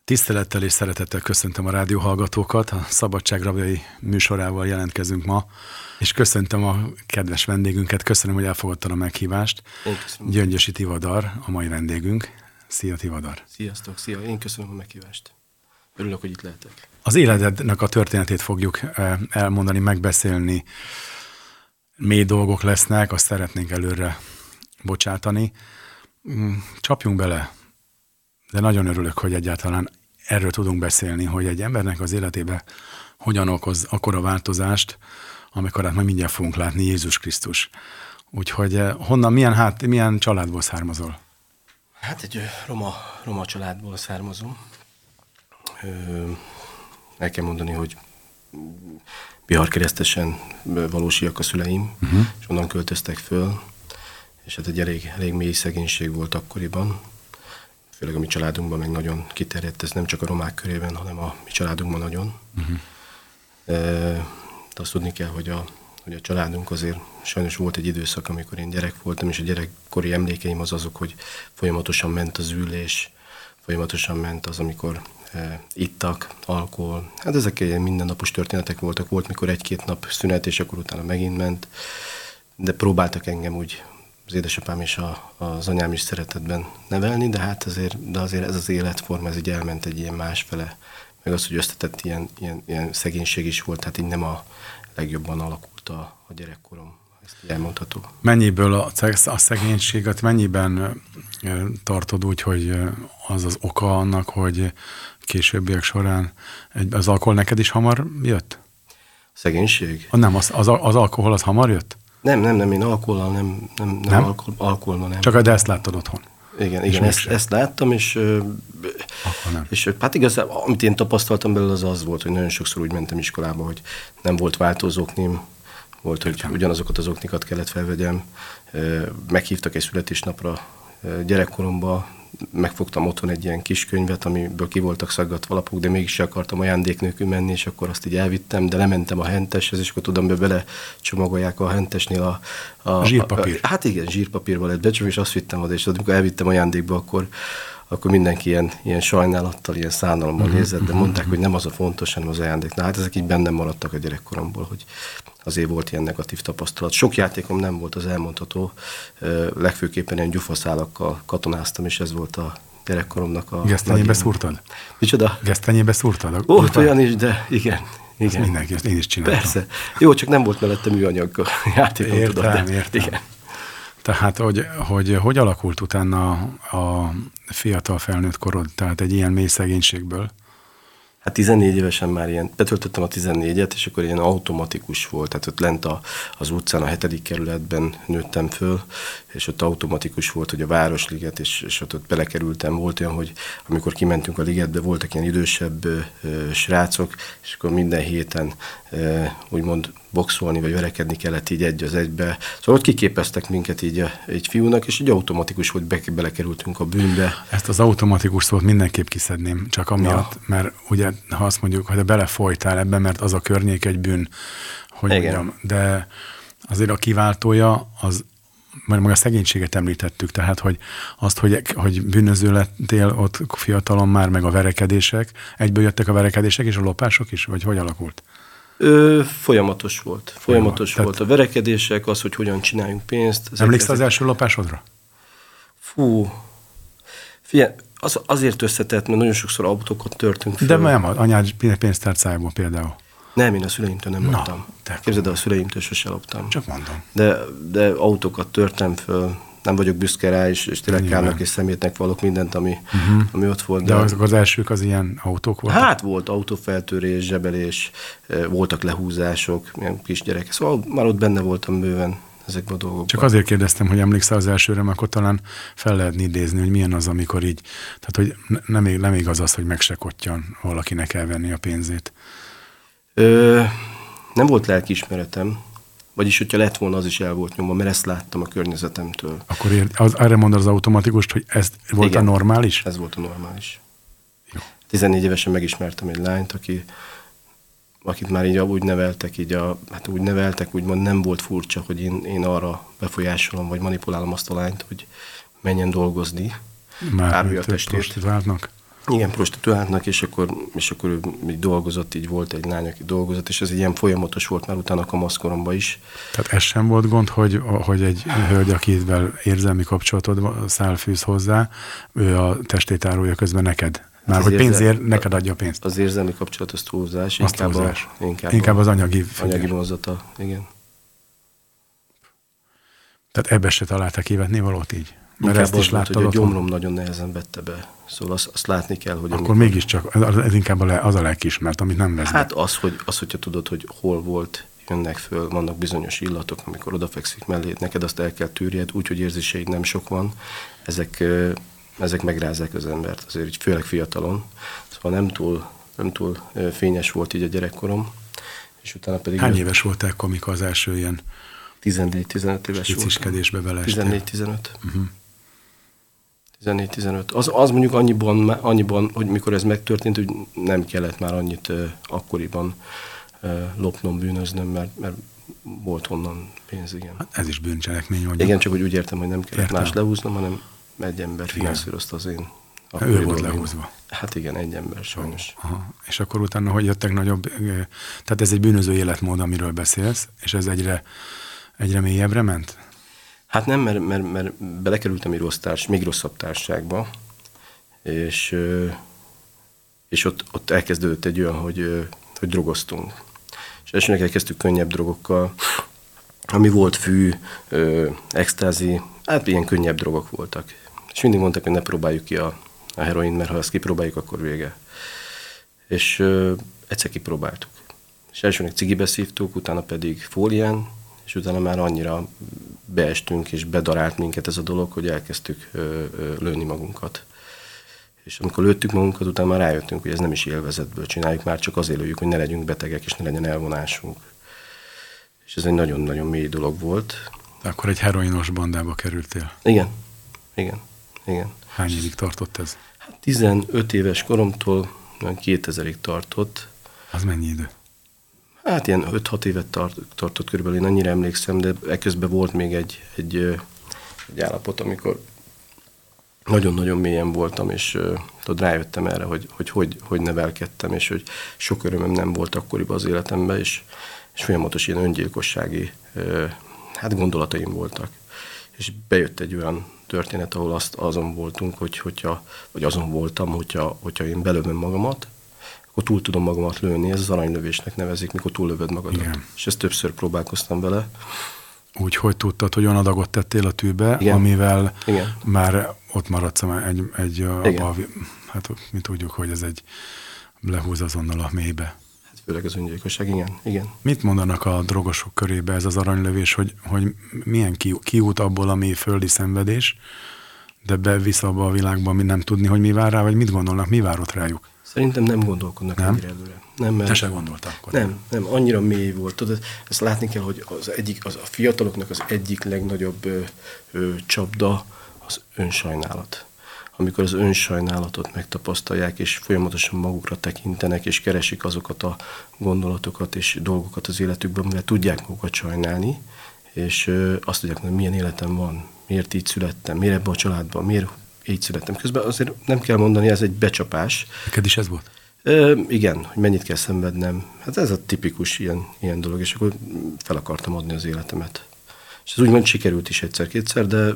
Tisztelettel és szeretettel köszöntöm a rádióhallgatókat, a Szabadság rabjai műsorával jelentkezünk ma, és köszöntöm a kedves vendégünket, köszönöm, hogy elfogadtad a meghívást. Gyöngyösi Tivadar a mai vendégünk. Szia, Tivadar! Sziasztok, szia! Én köszönöm a meghívást. Örülök, hogy itt lehetek. Az életednek a történetét fogjuk elmondani, megbeszélni. Mély dolgok lesznek, azt szeretnénk előre bocsátani. Csapjunk bele, de nagyon örülök, hogy egyáltalán erről tudunk beszélni, hogy egy embernek az életébe hogyan okoz akkora változást, amikor hát majd mindjárt fogunk látni Jézus Krisztus. Úgyhogy honnan, milyen családból származol? Hát egy roma családból származom. El kell mondani, hogy biharkeresztesen valósiak a szüleim, és onnan költöztek föl, és hát egy elég mély szegénység volt akkoriban. Főleg a mi családunkban meg nagyon kiterjedt, ez nem csak a romák körében, hanem a mi családunkban nagyon. De azt tudni kell, hogy a családunk azért sajnos volt egy időszak, amikor én gyerek voltam, és a gyerekkori emlékeim azok, hogy folyamatosan ment az ülés, folyamatosan ment az, amikor ittak, alkohol. Hát ezek ilyen mindennapos történetek voltak. Volt, mikor egy-két nap szünet, és akkor utána megint ment. De próbáltak engem úgy az édesapám és az anyám is szeretetben nevelni, de hát azért ez az életforma, ez így elment egy ilyen másfele. Meg az, hogy összetett ilyen szegénység is volt, tehát így nem a legjobban alakult a gyerekkorom. Ezt így elmondható. Mennyiből a szegénységet, mennyiben tartod úgy, hogy az az oka annak, hogy későbbiek során az alkohol neked is hamar jött? Szegénység? Nem, az alkohol az hamar jött? Nem, én alkohollal nem? Alkoholmal nem. Csak de ezt láttad otthon? Igen, ezt láttam, és hát igazából, amit én tapasztaltam belőle, az volt, hogy nagyon sokszor úgy mentem iskolába, hogy nem volt váltózoknim, volt, hogy ugyanazokat az oknikat kellett felvegyem, meghívtak egy születésnapra gyerekkoromban, megfogtam otthon egy ilyen kis könyvet, amiből ki voltak szaggatva lapok, de mégis akartam ajándék nélkül menni, és akkor azt így elvittem, de lementem a henteshez, és akkor tudom, hogy bele csomagolják a hentesnél a zsírpapír. Hát igen, zsírpapírba lett becsomagolva, és azt vittem oda, és amikor elvittem ajándékba, akkor mindenki ilyen sajnálattal, ilyen szánalommal nézett, de mondták, hogy nem az a fontos, hanem az ajándék. Na hát ezek így bennem maradtak a gyerekkoromból, hogy azért volt ilyen negatív tapasztalat. Sok játékom nem volt, az elmondható. Legfőképpen ilyen gyufaszálakkal katonáztam, és ez volt a gyerekkoromnak a... Gesztenyébe szúrtad? Micsoda? Gesztenyébe szúrtad? Volt olyan is, de igen. Mindenki, ezt én is csináltam. Persze. Jó, csak nem volt mellette műanyag játékom. Értem. Igen. Tehát, hogy alakult utána a fiatal felnőtt korod, tehát egy ilyen mély szegénységből? Hát 14 évesen már ilyen, betöltöttem a 14-et, és akkor ilyen automatikus volt, tehát ott lent az utcán, a 7. kerületben nőttem föl, és ott automatikus volt, hogy a Városliget, és ott belekerültem. Volt olyan, hogy amikor kimentünk a ligetbe, voltak ilyen idősebb srácok, és akkor minden héten úgymond boxolni, vagy verekedni kellett így egy az egybe. Szóval ott kiképeztek minket így egy fiúnak, és így automatikus, hogy belekerültünk a bűnbe. Ezt az automatikus szót mindenképp kiszedném, csak amiatt, mert ugye, ha azt mondjuk, hogy belefolytál ebbe, mert az a környék egy bűn, hogy mondjam, de azért a kiváltója az, mert meg a szegénységet említettük, tehát, hogy azt, hogy bűnöző lettél ott fiatalon már, meg a verekedések, egyből jöttek a verekedések és a lopások is, vagy hogy alakult? Folyamatos volt. A verekedések, az, hogy hogyan csináljunk pénzt. Emlékszel az első lopásodra? Fú, figyelj, azért összetett, mert nagyon sokszor autókat törtünk föl. De nem, anyád pénztárcájából például. Nem, én a szüleimtől nem loptam. Képzeld el, a szüleimtől sose loptam. Csak mondom. De autókat törtem föl, nem vagyok büszke rá, és tényleg kárnak és szemétnek vallok mindent, ami ott volt. De azok az elsők az ilyen autók voltak? Hát volt autófeltörés, zsebelés, voltak lehúzások, ilyen kisgyerekek. Szóval már ott benne voltam bőven ezekben a dolgokban. Csak azért kérdeztem, hogy emlékszel az elsőre, mert akkor talán fel lehetne idézni, hogy milyen az, amikor így, tehát hogy nem igaz az, hogy meg se kottyan valakinek elvenni a pénzét. Nem volt lelkiismeretem, vagyis, hogyha lett volna, az is el volt nyomva, mert ezt láttam a környezetemtől. Akkor erre mondod az automatikust, hogy ez volt a normális? Ez volt a normális. Jó. 14 évesen megismertem egy lányt, akit már így úgy neveltek, úgymond nem volt furcsa, hogy én arra befolyásolom, vagy manipulálom azt a lányt, hogy menjen dolgozni. Már prostituáltnak? Igen, prostituáltnak, és akkor ő így dolgozott, így volt egy lány, aki dolgozott, és ez egy ilyen folyamatos volt már utána a kamaszkoromban is. Tehát ez sem volt gond, hogy egy hölgy, akivel érzelmi kapcsolatod fűz hozzá, ő a testét árulja közben neked? Már hogy pénzért neked adja a pénzt. Az érzelmi kapcsolat, az túlzás. Inkább az anyagi vonzata, igen. Tehát ebbe se találtak kivetni valót így? Mert inkább ezt is láttad, hogy a gyomrom nagyon nehezen vette be. Szóval azt látni kell, hogy... Akkor mégiscsak, ez inkább az a lelkiismert, amit nem vesz be. Hát hogyha tudod, hogy hol volt, jönnek föl, vannak bizonyos illatok, amikor odafekszik mellé, neked azt el kell tűrjed, úgyhogy érzéseid nem sok van. Ezek megrázzák az embert, azért így főleg fiatalon. Szóval nem túl fényes volt így a gyerekkorom. És utána pedig... Hány éves voltál, amikor az első ilyen 14-15 éves ciciskedésbe beleestél? 14-15. 14-15. Az mondjuk annyiban, hogy mikor ez megtörtént, hogy nem kellett már annyit akkoriban lopnom, bűnöznöm, mert volt honnan pénz, igen. Hát ez is bűncselekmény mondjuk. Igen, csak hogy úgy értem, hogy nem kellett más lehúznom, hanem egy ember finanszírozta az én. Ő volt lehúzva. Hát igen, egy ember sajnos. Aha. És akkor utána, hogy jöttek nagyobb, tehát ez egy bűnöző életmód, amiről beszélsz, és ez egyre mélyebbre ment? Hát nem, mert belekerültem egy még rosszabb társaságba, és ott elkezdődött egy olyan, hogy drogoztunk. És elsőnek elkezdtük könnyebb drogokkal, ami volt fű, extázi, hát ilyen könnyebb drogok voltak. És mindig mondták, hogy ne próbáljuk ki a heroin, mert ha ezt kipróbáljuk, akkor vége. És egyszer kipróbáltuk. És elsőnek cigibe szívtuk, utána pedig fólián, és utána már annyira beestünk, és bedarált minket ez a dolog, hogy elkezdtük lőni magunkat. És amikor lőttük magunkat, utána már rájöttünk, hogy ez nem is élvezetből csináljuk, már csak azért lőjük, hogy ne legyünk betegek, és ne legyen elvonásunk. És ez egy nagyon-nagyon mély dolog volt. De akkor egy heroinos bandába kerültél? Igen. Hány évig tartott ez? Hát 15 éves koromtól 2000-ig tartott. Az mennyi idő? Hát ilyen 5-6 évet tartott körülbelül, én annyira emlékszem, de ekközben volt még egy állapot, amikor nagyon-nagyon mélyen voltam, és rájöttem erre, hogy nevelkedtem, és hogy sok örömöm nem volt akkoriban az életemben, és folyamatos ilyen öngyilkossági gondolataim voltak. És bejött egy olyan történet, ahol azon voltunk, hogyha én belövöm magamat, akkor túl tudom magamat lőni, ez az aranylövésnek nevezik, mikor túllövöd magadat. Igen. És ezt többször próbálkoztam vele. Úgy, hogy tudtad, hogy olyan adagot tettél a tűbe, igen, amivel igen, már ott maradsz hát mi tudjuk, hogy ez egy lehúz azonnal a mélybe. Hát főleg az öngyilkosság, igen. Mit mondanak a drogosok körébe ez az aranylövés, hogy milyen kiút abból, ami földi szenvedés, de bevisz abba a világba, mi nem tudni, hogy mi vár rá, vagy mit gondolnak, mi vár ott rájuk? Szerintem nem gondolkodnak ennyire előre. Te se gondoltál akkor? Nem, annyira mély volt. Tudod, ezt látni kell, hogy a fiataloknak az egyik legnagyobb csapda az önsajnálat. Amikor az önsajnálatot megtapasztalják, és folyamatosan magukra tekintenek, és keresik azokat a gondolatokat és dolgokat az életükben, mivel tudják magukat sajnálni, és azt tudják, hogy milyen életem van, miért így születtem, miért ebben a családban, miért így születtem. Közben azért nem kell mondani, ez egy becsapás. Neked is ez volt? Igen, hogy mennyit kell szenvednem. Hát ez a tipikus ilyen dolog, és akkor fel akartam adni az életemet. És ez úgymond sikerült is egyszer-kétszer, de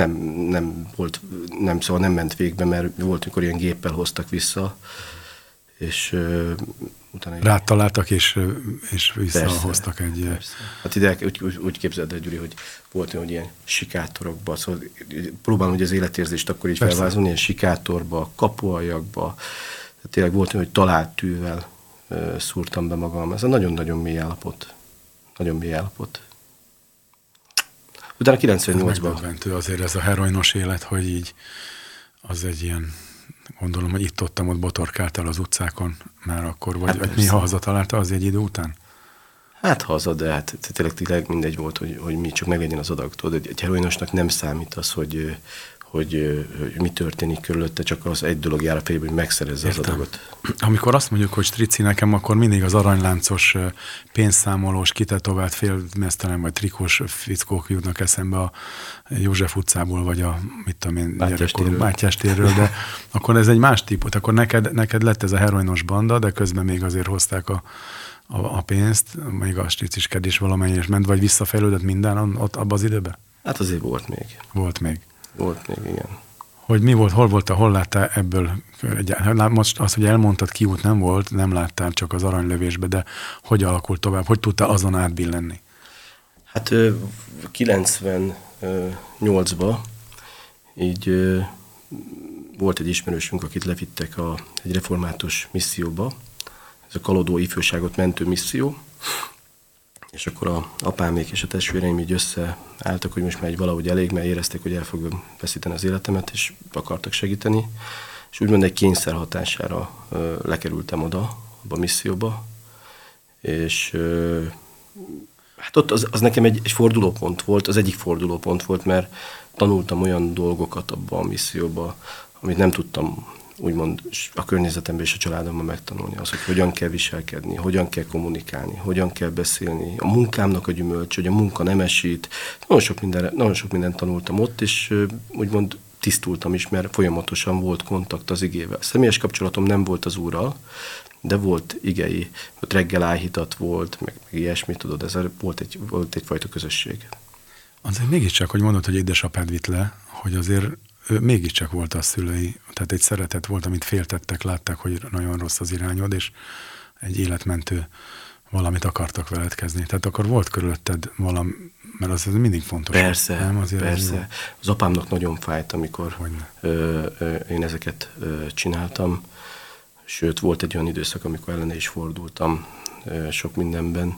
szóval nem ment végbe, mert volt, amikor ilyen géppel hoztak vissza, és utána... Rád találtak, és visszahoztak egy... Persze. Hát ide úgy képzeld el, Gyuri, hogy volt olyan, hogy ilyen sikátorokba, szóval próbálom, hogy az életérzést akkor így felvázolni, ilyen sikátorba, kapualjakba, tényleg volt olyan, hogy talált tűvel szúrtam be magam. Ez a nagyon-nagyon mély állapot. Nagyon mély állapot. Utána 98-ban... Megdöbbentő azért ez a heroinos élet, hogy így az egy ilyen, gondolom, hogy itt-ott botorkáltál az utcákon már akkor, vagy néha hazataláltál az egy idő után? Hát haza, de tényleg mindegy volt, hogy mi csak meglegyen az adag. Tudod, egy heroinosnak nem számít az, hogy hogy mi történik körülötte, csak az egy dolog jár a fejében, hogy megszerezze az adagot. Amikor azt mondjuk, hogy strici nekem, akkor mindig az aranyláncos, pénzszámolós, kitetovált, félmeztelen vagy trikós fickók jutnak eszembe a József utcából, vagy a, mit tudom én, Mátyás térről, de akkor ez egy más típus. Akkor neked lett ez a heroinos banda, de közben még azért hozták a pénzt, még a striciskedés valamennyire ment, vagy visszafejlődött minden ott abban az időben? Hát azért volt még. Volt még, igen. Hogy mi volt, hol láttál ebből? Most az, hogy elmondtad, kiút nem volt, nem láttál csak az aranylövésbe, de hogy alakult tovább? Hogy tudtál azon átbillenni? Hát 98-ban így volt egy ismerősünk, akit levittek egy református misszióba, ez a Kalodó ifjúságot mentő misszió, és akkor a apámék és a testvéreim így összeálltak, hogy most már valahogy elég, mert érezték, hogy el fogom veszíteni az életemet, és akartak segíteni. És úgymond egy kényszer hatására lekerültem oda, abba a misszióba, és hát ott az nekem egy fordulópont volt, az egyik fordulópont volt, mert tanultam olyan dolgokat abban a misszióban, amit nem tudtam úgymond a környezetemben és a családomban megtanulni. Az, hogy hogyan kell viselkedni, hogyan kell kommunikálni, hogyan kell beszélni. A munkámnak a gyümölcs, hogy a munka nem esít. Nagyon sok mindent tanultam ott, és úgymond tisztultam is, mert folyamatosan volt kontakt az igével. Személyes kapcsolatom nem volt az Úrral, de volt igei, ott reggel áhítat volt, meg ilyesmi, tudod, ez volt egyfajta közösség. Azért mégiscsak, hogy mondod, hogy édesapád vitt le, hogy azért mégiscsak volt a szülei, tehát egy szeretet volt, amit féltettek, látták, hogy nagyon rossz az irányod, és egy életmentő valamit akartak veled kezdeni. Tehát akkor volt körülötted valami, mert az mindig fontos. Persze, nem? Azért persze. Az apámnak nagyon fájt, amikor én ezeket csináltam. Sőt, volt egy olyan időszak, amikor ellene is fordultam sok mindenben,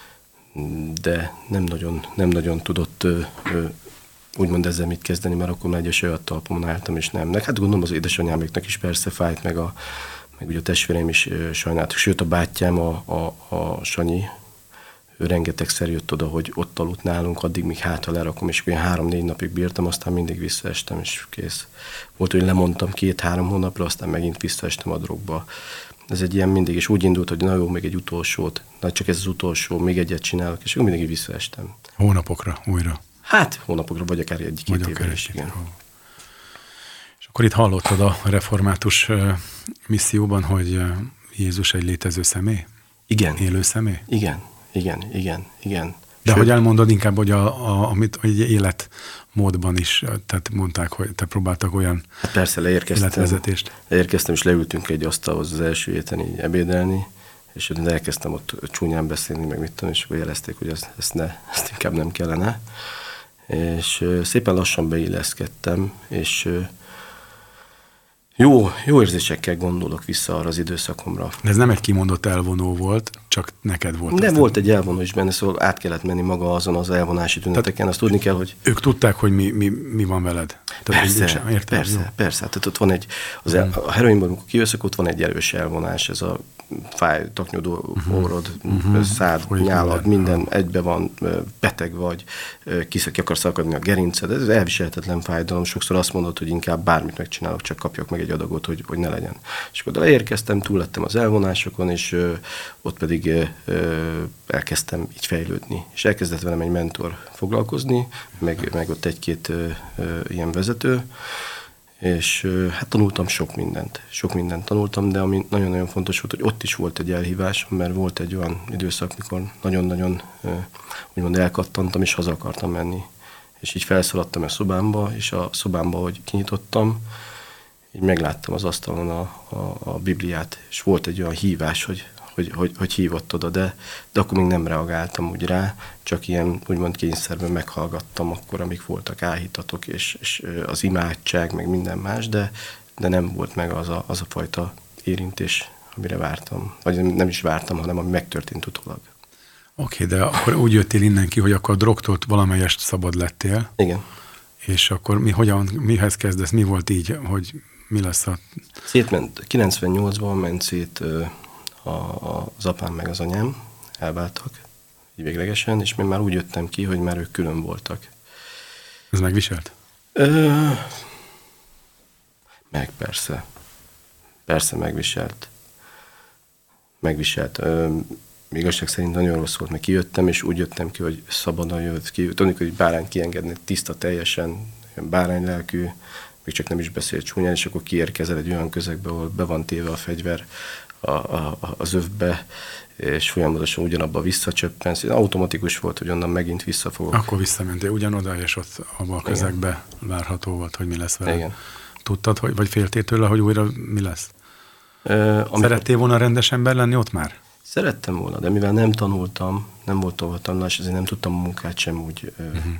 de nem nagyon tudott úgymond ezzel mit kezdeni, mert akkor már egy saját talpomon álltam, és nem. Hát gondolom az édesanyáméknak is persze fájt, meg ugye a testvéreim is sajnáltak. Sőt, a bátyám, a Sanyi, ő rengetegszer jött oda, hogy ott aludt nálunk, addig még hátra lerakom, és olyan 3-4 napig bírtam, aztán mindig visszaestem, és kész. Volt, hogy lemondtam 2-3 hónapra, aztán megint visszaestem a drogba. Ez egy ilyen mindig, és úgy indult, hogy na jó, még egy utolsót, na csak ez az utolsó, még egyet csinálok, és mindig visszaestem. Hónapokra újra. Hát hónapokra, vagy akár egy-két évre is, igen. És akkor itt hallottad a református misszióban, hogy Jézus egy létező személy? Igen. Élő személy? Igen. De sőt, hogy elmondod inkább, hogy amit hogy életmódban is, tehát mondták, hogy te próbáltak olyan hát persze, életvezetést. Leérkeztem, és leültünk egy asztalhoz az első héten így ebédelni, és elkezdtem ott csúnyán beszélni, meg mit tudom, és jelezték, hogy ezt inkább nem kellene. És szépen lassan beilleszkedtem, és jó érzésekkel gondolok vissza arra az időszakomra. De ez nem egy kimondott elvonó volt, csak neked volt. De volt egy elvonó is benne, szóval át kellett menni maga azon az elvonási tüneteken. Azt tudni kell, hogy... Ők tudták, hogy mi van veled? Persze. Tehát ott van a heroinban, amikor kiveszek, ott van egy erős elvonás, ez a fáj, taknyodó orrod, szád, nyálad, minden egybe van, beteg vagy, ki akarsz akadni a gerinced, ez elviselhetetlen fájdalom. Sokszor azt mondod, hogy inkább bármit megcsinálok, csak kapjak meg egy adagot, hogy ne legyen. És akkor leérkeztem, túl lettem az elvonásokon, és ott pedig elkezdtem így fejlődni. És elkezdett velem egy mentor foglalkozni, meg ott egy-két ilyen vezető, és hát tanultam sok mindent tanultam, de ami nagyon-nagyon fontos volt, hogy ott is volt egy elhívás, mert volt egy olyan időszak, mikor nagyon-nagyon úgymond elkattantam, és haza akartam menni. És így felszaladtam a szobámba, és a szobámba, hogy kinyitottam, így megláttam az asztalon a Bibliát, és volt egy olyan hívás, hogy hívott oda, de akkor még nem reagáltam úgy rá, csak ilyen úgymond kényszerben meghallgattam akkor, amik voltak áhítatok, és az imádság, meg minden más, de nem volt meg az a fajta érintés, amire vártam. Vagy nem is vártam, hanem ami megtörtént utólag. Oké, de akkor úgy jöttél innen ki, hogy akkor drogtól valamelyest szabad lettél. Igen. És akkor mihez kezdesz? Mi volt így, hogy mi lesz a... Szétment, 98-ban ment szét az apám meg az anyám, elváltak, így véglegesen, és én már úgy jöttem ki, hogy már ők külön voltak. Ez megviselt? Persze. Persze megviselt. Igazság szerint nagyon rossz volt, mert kijöttem, és úgy jöttem ki, hogy szabadon jött ki. Tudni, hogy bárányt kiengedni, tiszta teljesen, báránylelkű, még csak nem is beszélt csúnyán, és akkor kiérkezel egy olyan közegbe, ahol be van téve a fegyver az övbe, és folyamatosan ugyanabba visszacsöppensz. Automatikus volt, hogy onnan megint visszafogok. Akkor visszamentél ugyanoda, és ott abban a közegbe várható volt, hogy mi lesz vele. Igen. Tudtad, vagy féltél tőle, hogy újra mi lesz? Szerettél volna rendes ember lenni ott már? Szerettem volna, de mivel nem tanultam, nem volt tovatanulás, ezért nem tudtam a munkát sem úgy,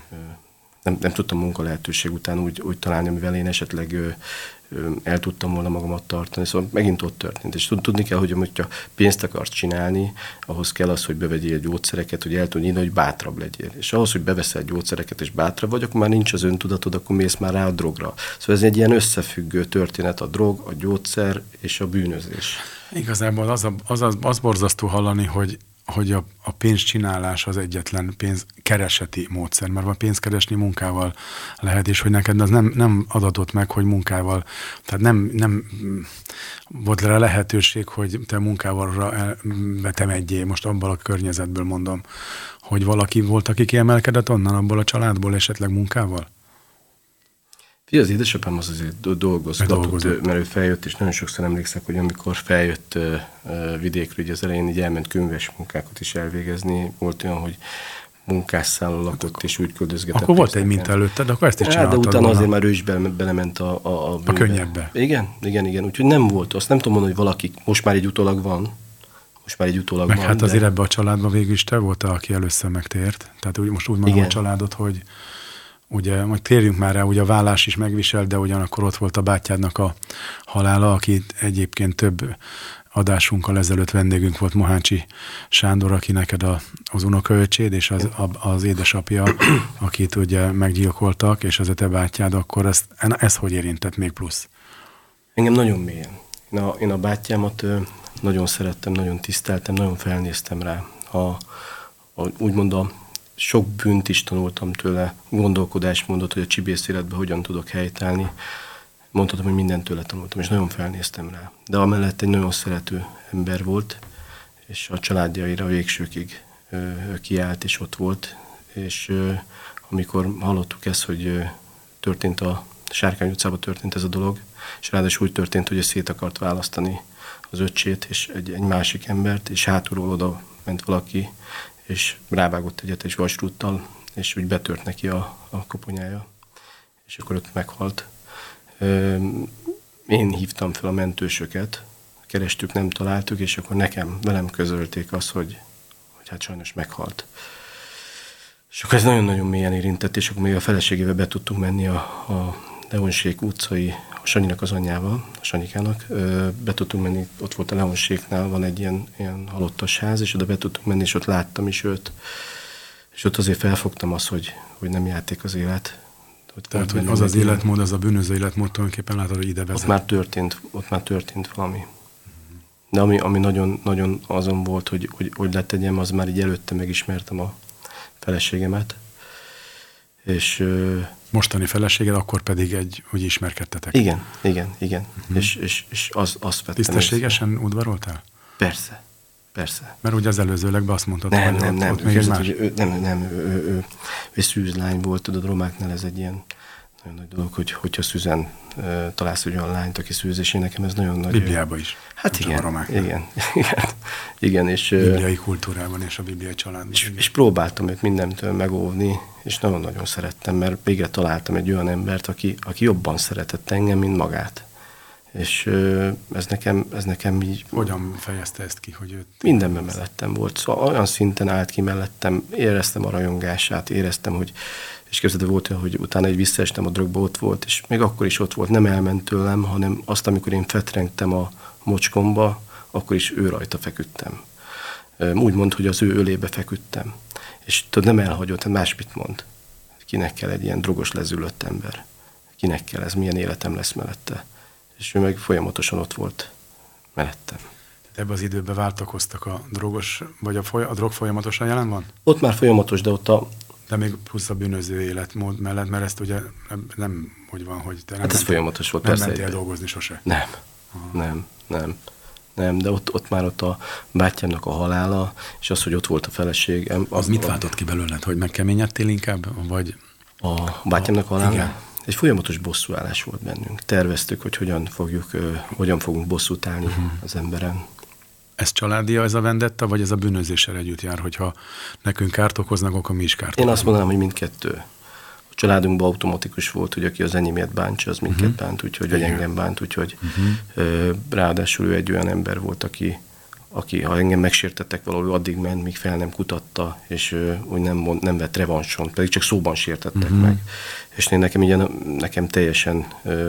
nem tudtam munka lehetőség után úgy találni, amivel én esetleg el tudtam volna magamat tartani. Szóval megint ott történt. És tudni kell, hogy hogyha pénzt akarsz csinálni, ahhoz kell az, hogy bevegyél gyógyszereket, hogy el tudj írni, hogy bátrabb legyél. És ahhoz, hogy beveszel gyógyszereket és bátrabb vagy, akkor már nincs az öntudatod, akkor mész már rá a drogra. Szóval ez egy ilyen összefüggő történet, a drog, a gyógyszer és a bűnözés. Igazából az borzasztó hallani, hogy a pénzcsinálás az egyetlen pénzkereseti módszer, mert a pénzt keresni munkával lehet, és hogy neked az nem adatott meg, hogy munkával, tehát nem volt rá lehetőség, hogy te munkával betemedjél, most abban a környezetből mondom, hogy valaki volt, aki kiemelkedett onnan, abból a családból esetleg munkával? Az édesapám az azért dolgozott, mert ő feljött, és nagyon sokszor emlékszek, hogy amikor feljött vidékről, ugye az elején így elment könyves munkákat is elvégezni, volt olyan, hogy munkásszállal lakott, és úgy küldözgetett. Akkor volt egy minta előtted, akkor ezt is csináltad. De utána azért már ő is belement a könnyedbe. Igen. Úgyhogy nem volt, azt nem tudom mondani, hogy valaki, most már egy utólag van. Meg hát azért ebbe a családban végül is te voltál, aki először megtért. Tehát most úgy mondom a családot, hogy ugye, majd térjünk már rá, ugye a vállás is megviselt, de ugyanakkor ott volt a bátyádnak a halála, aki egyébként több adásunkkal ezelőtt vendégünk volt, Mohácsi Sándor, aki neked az unokaöcséd, és az édesapja, akit ugye meggyilkoltak, és az a te bátyád, akkor ez hogy érintett még plusz? Engem nagyon mélyen. Én a bátyámat nagyon szerettem, nagyon tiszteltem, nagyon felnéztem rá. Úgymond sok bűnt is tanultam tőle, gondolkodásmódot, hogy a csibész életben hogyan tudok helytállni. Mondhatom, hogy mindent tőle tanultam, és nagyon felnéztem rá. De amellett egy nagyon szerető ember volt, és a családjaira végsőkig kiállt, és ott volt. És amikor hallottuk ezt, hogy történt a Sárkány utcában történt ez a dolog, és ráadásul úgy történt, hogy ő szét akart választani az öccsét, és egy másik embert, és hátulról oda ment valaki, és rávágott egyet egy vasrúttal, és úgy betört neki a koponyája, és akkor ott meghalt. Én hívtam fel a mentősöket, kerestük, nem találtuk, és akkor velem közölték azt, hogy hát sajnos meghalt. És akkor ez nagyon-nagyon mélyen érintett, és akkor még a feleségével be tudtunk menni a Leonsék utcai, a Sanyinak az anyjával, a Sanyikának, be tudtunk menni, ott volt a Leonséknál, van egy ilyen halottas ház, és oda be tudtunk menni, és ott láttam is őt, és ott azért felfogtam azt, hogy nem játék az élet. Tehát, hogy az életmód, az a bűnöző életmód tulajdonképpen látod, hogy ide vezet. Ott már történt valami. De ami nagyon, nagyon azon volt, hogy letegyem, az már így előtte megismertem a feleségemet. És mostani feleséged, akkor pedig hogy ismerkedtetek. Igen. És azt vettem. Tisztességesen udvaroltál? Persze. Mert ugye az előzőlegben azt mondtad, hogy ott még egy más. Ő szűzlány volt, tudod, romáknál ez egy ilyen nagyon nagy dolog, hogyha szűzen találsz egy olyan lányt, aki szűz, és én nekem ez nagyon nagy... Bibliában is. Hát igen. És bibliai kultúrában és a bibliai családban. És próbáltam őt mindentől megóvni, és nagyon-nagyon szerettem, mert végre találtam egy olyan embert, aki jobban szeretett engem, mint magát. És ez nekem így... Hogyan fejezte ezt ki, hogy őt... Mindenben mellettem volt. Szóval olyan szinten állt ki mellettem, éreztem a rajongását, éreztem, hogy... És képzeld, volt olyan, hogy utána egy visszaestem a drogba, ott volt, és még akkor is ott volt. Nem elment tőlem, hanem azt, amikor én fetrengtem a mocskomba, akkor is ő rajta feküdtem. Úgy mond, hogy az ő ölébe feküdtem. És tudod, nem elhagyott, hát másmit mond. Kinek kell egy ilyen drogos lezülött ember? Kinek kell ez? Milyen életem lesz mellette? És ő meg folyamatosan ott volt mellettem. Ebben az időben váltakoztak a drogos, vagy a drog folyamatosan jelen van? Ott már folyamatos, de ott De még plusz a bűnöző életmód mellett, mert ezt ugye nem úgy van, hogy te nem Hát ez folyamatos volt, nem persze. mentél dolgozni sose. Nem, de ott már a bátyámnak a halála, és az, hogy ott volt a feleségem. Az mit váltott ki belőled, hogy megkeményedtél inkább, vagy? A bátyámnak a halála? Igen. Egy folyamatos bosszúállás volt bennünk. Terveztük, hogy hogyan fogunk bosszút állni az emberen. Ez családia, ez a vendetta, vagy ez a bűnözéssel együtt jár, hogyha nekünk kárt okoznak, akkor mi is kárt Én azt okoznak? mondanám, hogy mindkettő. A családunkban automatikus volt, hogy aki az enyémért bántsa, az minket bánt, úgyhogy vagy engem bánt, úgyhogy ráadásul ő egy olyan ember volt, aki ha engem megsértettek valahol, addig ment, míg fel nem kutatta, és úgy nem vett revanson, pedig csak szóban sértettek meg. És nekem teljesen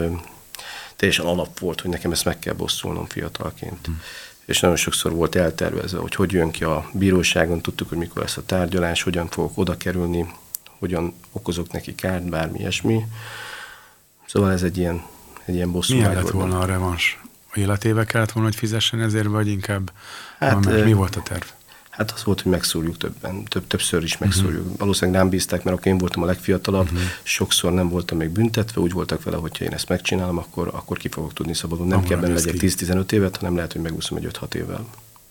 alap volt, hogy nekem ezt meg kell bosszulnom fiatalként. És nagyon sokszor volt eltervezve, hogy jön ki a bíróságon, tudtuk, hogy mikor lesz a tárgyalás, hogyan fogok oda kerülni, hogyan okozok neki kárt, bármi ilyesmi. Szóval ez egy ilyen bosszú. Milyen lett volna a revans? Életébe kellett volna, hogy fizessen ezért, vagy inkább mi volt a terv? Hát az volt, hogy megszórjuk többször is megszórjuk. Valószínűleg rám bízták, mert akkor én voltam a legfiatalabb, sokszor nem voltam még büntetve, úgy voltak vele, hogyha én ezt megcsinálom, akkor ki fogok tudni szabadulni. Nem kell benne legyek 10-15 évet, hanem lehet, hogy megúszom egy 5-6 évvel.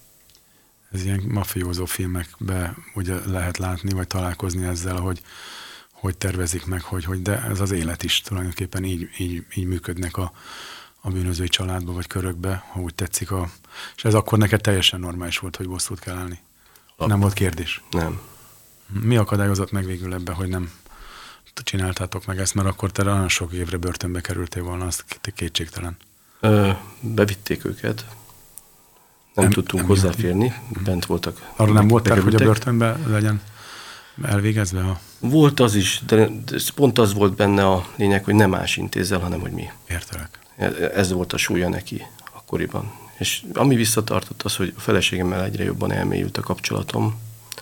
Ez ilyen mafiózó filmekben ugye lehet látni, vagy találkozni ezzel, hogy tervezik meg, de ez az élet is tulajdonképpen így működnek a bűnözői családba, vagy körökbe, ha úgy tetszik. És ez akkor neked teljesen normális volt, hogy bosszút kell állni? Nem volt kérdés? Nem. Mi akadályozott meg végül ebben, hogy nem csináltátok meg ezt, mert akkor te nagyon sok évre börtönbe kerültél volna, az kétségtelen. Bevitték őket. Nem tudtunk hozzáférni, bent voltak. Arra nem volt terv, hogy a börtönbe legyen elvégezve? Volt az is, de pont az volt benne a lényeg, hogy nem más intézzel, hanem hogy mi. Értelek. Ez volt a súlya neki akkoriban. És ami visszatartott az, hogy a feleségemmel egyre jobban elmélyült a kapcsolatom,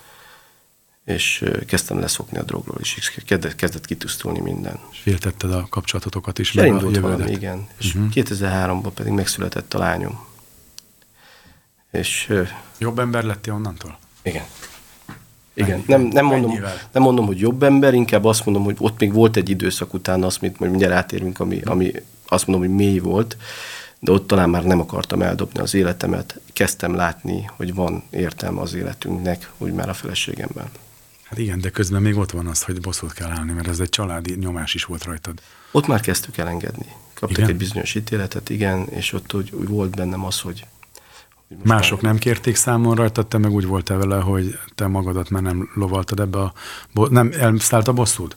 és kezdtem leszokni a drogról, és kezdett kitisztulni minden. És féltetted a kapcsolatotokat is, meg a jövődet. Igen. És 2003-ban pedig megszületett a lányom. És, jobb ember lettél onnantól? Igen. Igen, nem mondom, hogy jobb ember, inkább azt mondom, hogy ott még volt egy időszak után, azt, hogy mindjárt átérünk, ami azt mondom, hogy mély volt, de ott talán már nem akartam eldobni az életemet. Kezdtem látni, hogy van értelme az életünknek, úgy már a feleségemmel. Hát igen, de közben még ott van az, hogy bosszút kell állni, mert ez egy családi nyomás is volt rajtad. Ott már kezdtük elengedni. Kaptak egy bizonyos ítéletet, igen, és ott úgy volt bennem az, hogy mások nem kérték számon rajtad, te meg úgy voltál vele, hogy te magadat már nem lovaltad ebbe nem elszállt a bosszúd?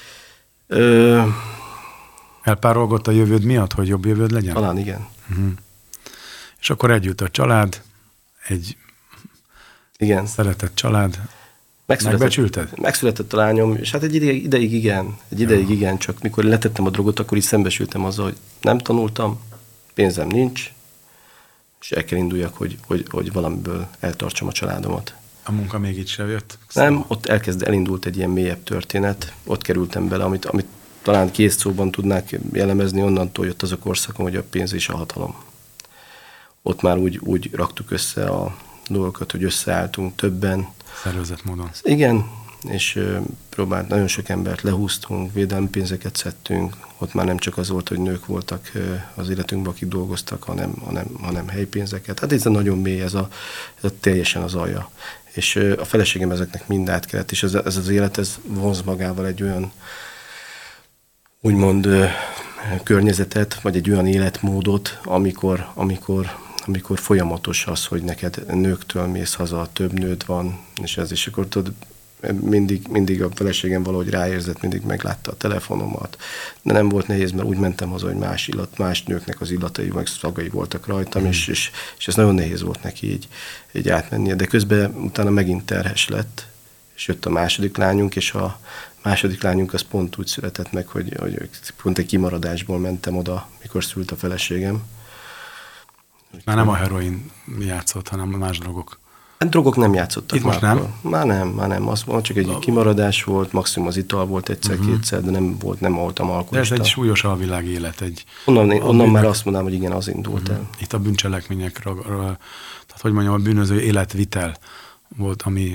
Elpárolgott a jövőd miatt, hogy jobb jövőd legyen? Talán igen. És akkor együtt a család, egy szeretett család. Megbecsülted? Megszületett a lányom, és hát egy ideig igen, csak mikor letettem a drogot, akkor is szembesültem azzal, hogy nem tanultam, pénzem nincs, és el kell induljak, hogy valamiből eltartsam a családomat. A munka még így sem jött? Nem, ott elindult egy ilyen mélyebb történet, ott kerültem bele, amit talán kész szóban tudnák jellemezni, onnantól jött az a korszakon, hogy a pénz és a hatalom. Ott már úgy raktuk össze a dolgokat, hogy összeálltunk többen. Szervezett módon. Igen, és nagyon sok embert lehúztunk, védelmi pénzeket szedtünk, ott már nem csak az volt, hogy nők voltak az életünkben, akik dolgoztak, hanem helypénzeket. Hát ez a nagyon mély, ez a teljesen az alja. És a feleségem ezeknek mind át kellett, és ez az élet, ez vonz magával egy olyan, úgymond környezetet, vagy egy olyan életmódot, amikor folyamatos az, hogy neked nőktől mész haza, több nőd van, és akkor tudod, mindig a feleségem valahogy ráérzett, mindig meglátta a telefonomat, de nem volt nehéz, mert úgy mentem haza, hogy más nőknek az illatai, meg szagai voltak rajtam, és ez nagyon nehéz volt neki így átmennie, de közben utána megint terhes lett, és jött a második lányunk, és a második lányunk az pont úgy született meg, hogy pont egy kimaradásból mentem oda, mikor szült a feleségem. Már nem a heroin játszott, hanem más drogok. Hát drogok nem játszottak. Itt most nem? Már nem. Az csak egy kimaradás volt, maximum az ital volt egyszer-kétszer, de nem voltam alkoholista. De ez egy súlyos alvilági élet. Onnan már azt mondanám, hogy igen, az indult el. Itt a bűncselekményekről, tehát hogy mondjam, a bűnöző életvitel volt,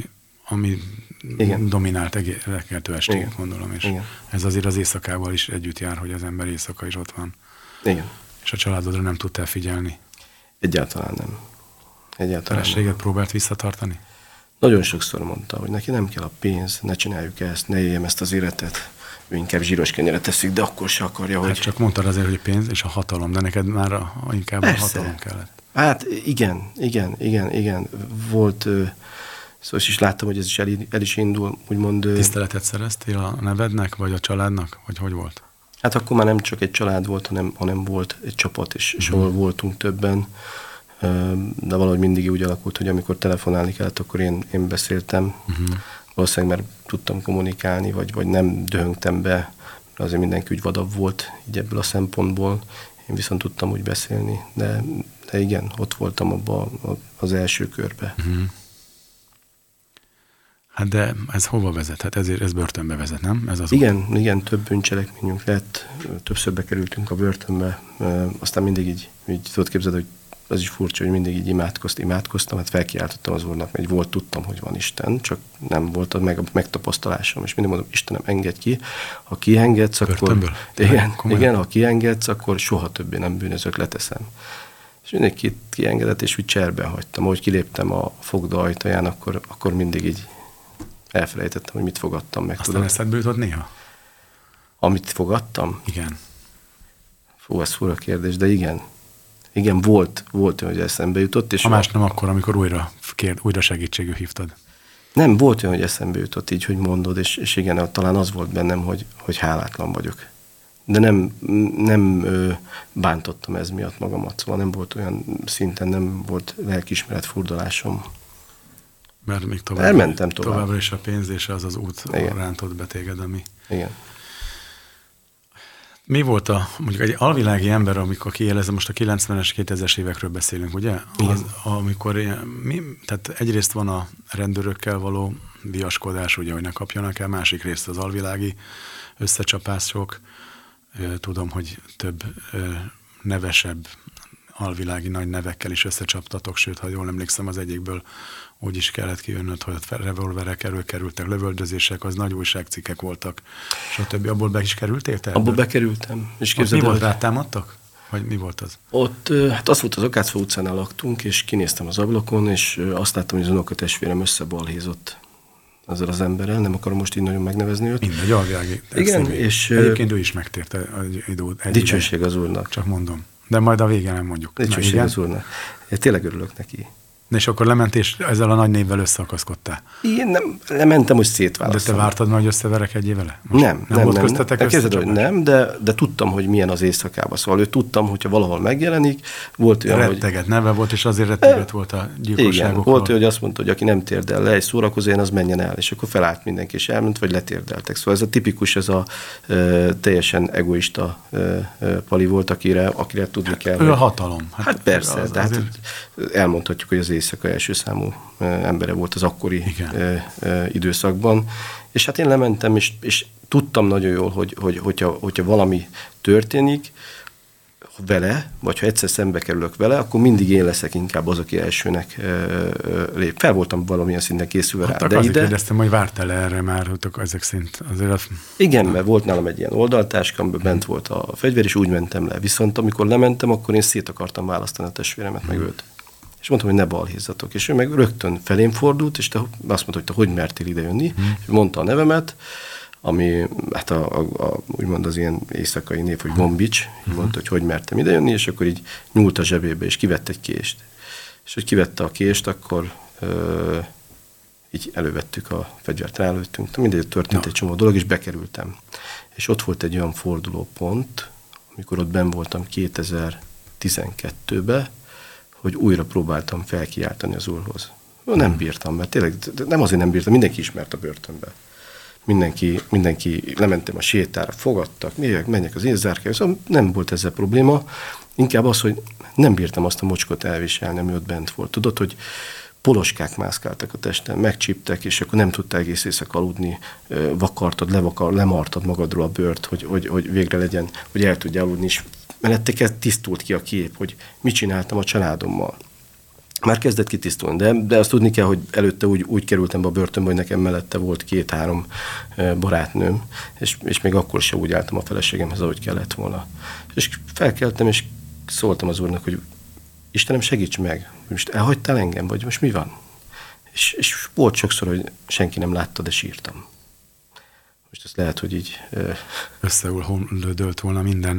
ami Igen. dominált reggeltől estig, Igen. gondolom, és Igen. ez azért az éjszakával is együtt jár, hogy az ember éjszaka is ott van. Igen. És a családodra nem tudtál figyelni. Egyáltalán nem. Egyáltalán nem. Feleséget próbált visszatartani? Nagyon sokszor mondta, hogy neki nem kell a pénz, ne csináljuk ezt, ne éljem ezt az életet. Ő inkább zsíros kenyeret teszik, de akkor se akarja, hogy... Hát csak mondtad azért, hogy pénz és a hatalom, de neked már inkább Persze. a hatalom kellett. Hát igen. Volt, szóval is láttam, hogy ez is el is indul, úgymond... Tiszteletet szereztél a nevednek, vagy a családnak, vagy hogy volt? Hát akkor már nem csak egy család volt, hanem volt egy csapat, és ahol voltunk többen. De valahogy mindig úgy alakult, hogy amikor telefonálni kellett, akkor én beszéltem. Valószínűleg mert tudtam kommunikálni, vagy nem döhöngtem be, azért mindenki úgy vadabb volt így ebből a szempontból. Én viszont tudtam úgy beszélni, de igen, ott voltam abban az első körbe. Hát de ez hova vezethet? Ez börtönbe vezet, nem? Ez az Igen, több bűncselekményünk lett, többször bekerültünk a börtönbe, aztán mindig így tudod képzelni, hogy az is furcsa, hogy mindig így imádkoztam, hát felkiáltottam az Úrnak, mert volt, tudtam, hogy van Isten, csak nem volt meg a megtapasztalásom, és mindig mondom, Istenem, engedj ki, ha kiengedsz, akkor... Igen, ha kiengedsz, akkor soha többé nem bűnözök, leteszem. És mindig kiengedett, és úgy cserben hagytam. Ahogy kiléptem a fogda ajtaján, akkor mindig így elfelejtettem, hogy mit fogadtam meg. Aztán eszedbe jutott néha? Amit fogadtam? Igen. Fú, ez fura kérdés, de igen. Igen, volt olyan, hogy eszembe jutott. És ha más nem akkor, amikor újra segítségül hívtad. Nem, volt olyan, hogy eszembe jutott így, hogy mondod, és igen, talán az volt bennem, hogy hálátlan vagyok. De nem bántottam ez miatt magamat, szóval nem volt olyan szinten, nem volt lelkiismeret furdalásom. Mert még elmentem tovább. Továbbra is a pénz és az út rántott be téged, ami... Igen. Mi volt mondjuk egy alvilági ember, amikor kiélezem, most a 90-es, 2000-es évekről beszélünk, ugye? Amikor tehát egyrészt van a rendőrökkel való viaskodás, ugye, hogy ne kapjanak el, másik részt az alvilági összecsapások. Tudom, hogy több nevesebb alvilági nagy nevekkel is összecsaptatok, sőt, ha jól emlékszem, az egyikből úgy is kellett kijönnöd, hogy a revolverek előkerültek, lövöldözések, az nagy újságcikkek voltak, stb. Abból be is kerültél te? Abból bekerültem. És mi volt, rátámadtak? Vagy mi volt az? Ott, hát az volt, az Akácfa utcánál laktunk, és kinéztem az ablakon, és azt láttam, hogy az unokatestvérem összebalhézott ezzel az emberrel, nem akarom most így nagyon megnevezni őt. Mindegy, alvilági. Igen, és... Egyébként ő is megtérte egy dicsőség az Úrnak. Csak mondom. De majd a végén nem mondjuk. Dicsőség az Úrnak. Én tényleg örülök neki. És akkor lement, és ezzel a nagy névvel összeakaszkodtál. Én nem lementem, hogy szétválasztom. De te vártad, hogy összeverekedjél vele? Nem volt köztetek összecsapás? Nem, de tudtam, hogy milyen az éjszakában. Szóval ő tudtam, hogyha valahol megjelenik, volt olyan, retteget neve volt, és azért retteget volt a gyilkosságokról. Igen, volt olyan, hogy azt mondta, hogy aki nem térdel le egy szórakozón, az menjen el, és akkor felállt mindenki, és elment, vagy letérdeltek. Szóval ez a tipikus, ez a teljesen egoista pali volt, akire tudni kell. Ő a hatalom. Hát persze, tehát elmondhatjuk, hogy az éjszaka első számú embere volt az akkori időszakban. És hát én lementem, és tudtam nagyon jól, hogyha valami történik vele, vagy ha egyszer szembe kerülök vele, akkor mindig én leszek inkább az, aki elsőnek lép. Fel voltam valamilyen szinten készülve rá. De azért kérdeztem, hogy vártál erre már, hogy ezek szerint azért... Igen, mert volt nálam egy ilyen oldaltáska, amiben bent volt a fegyver, és úgy mentem le. Viszont amikor lementem, akkor én szét akartam választani a testvéremet, meg őt. És mondtam, hogy ne balhézzatok. És ő meg rögtön felém fordult, és azt mondta, hogy te hogy mertél ide jönni. És mondta a nevemet, ami hát úgymond az ilyen éjszakai név, hogy Gombics. Mondta, hogy mertem ide jönni, és akkor így nyúlt a zsebébe, és kivett egy kést. És hogy kivette a kést, akkor így elővettük a fegyvert, rálőttünk. Mindegy, történt egy csomó dolog, és bekerültem. És ott volt egy olyan fordulópont, amikor ott benn voltam 2012-ben, hogy újra próbáltam felkiáltani az Úrhoz. Nem bírtam, mert tényleg nem azért nem bírtam, mindenki ismert a börtönbe. Mindenki lementem a sétára, fogadtak, menjek az én zárkába, szóval nem volt ezzel probléma. Inkább az, hogy nem bírtam azt a mocskot elviselni, ami ott bent volt. Tudod, hogy poloskák mászkáltak a testen, megcsíptek, és akkor nem tudtál egész éjszaka aludni, vakartad, lemartad magadról a bőrt, hogy végre legyen, hogy el tudj aludni, és mellette tisztult ki a kép, hogy mit csináltam a családommal. Már kezdett kitisztulni, de azt tudni kell, hogy előtte úgy kerültem be a börtönbe, hogy nekem mellette volt 2-3 barátnőm, és még akkor sem úgy álltam a feleségemhez, ahogy kellett volna. És felkeltem, és szóltam az Úrnak, hogy Istenem, segíts meg, most elhagytál engem, vagy most mi van? És volt sokszor, hogy senki nem látta, de sírtam. Most ezt lehet, hogy így... Összedőlt volna minden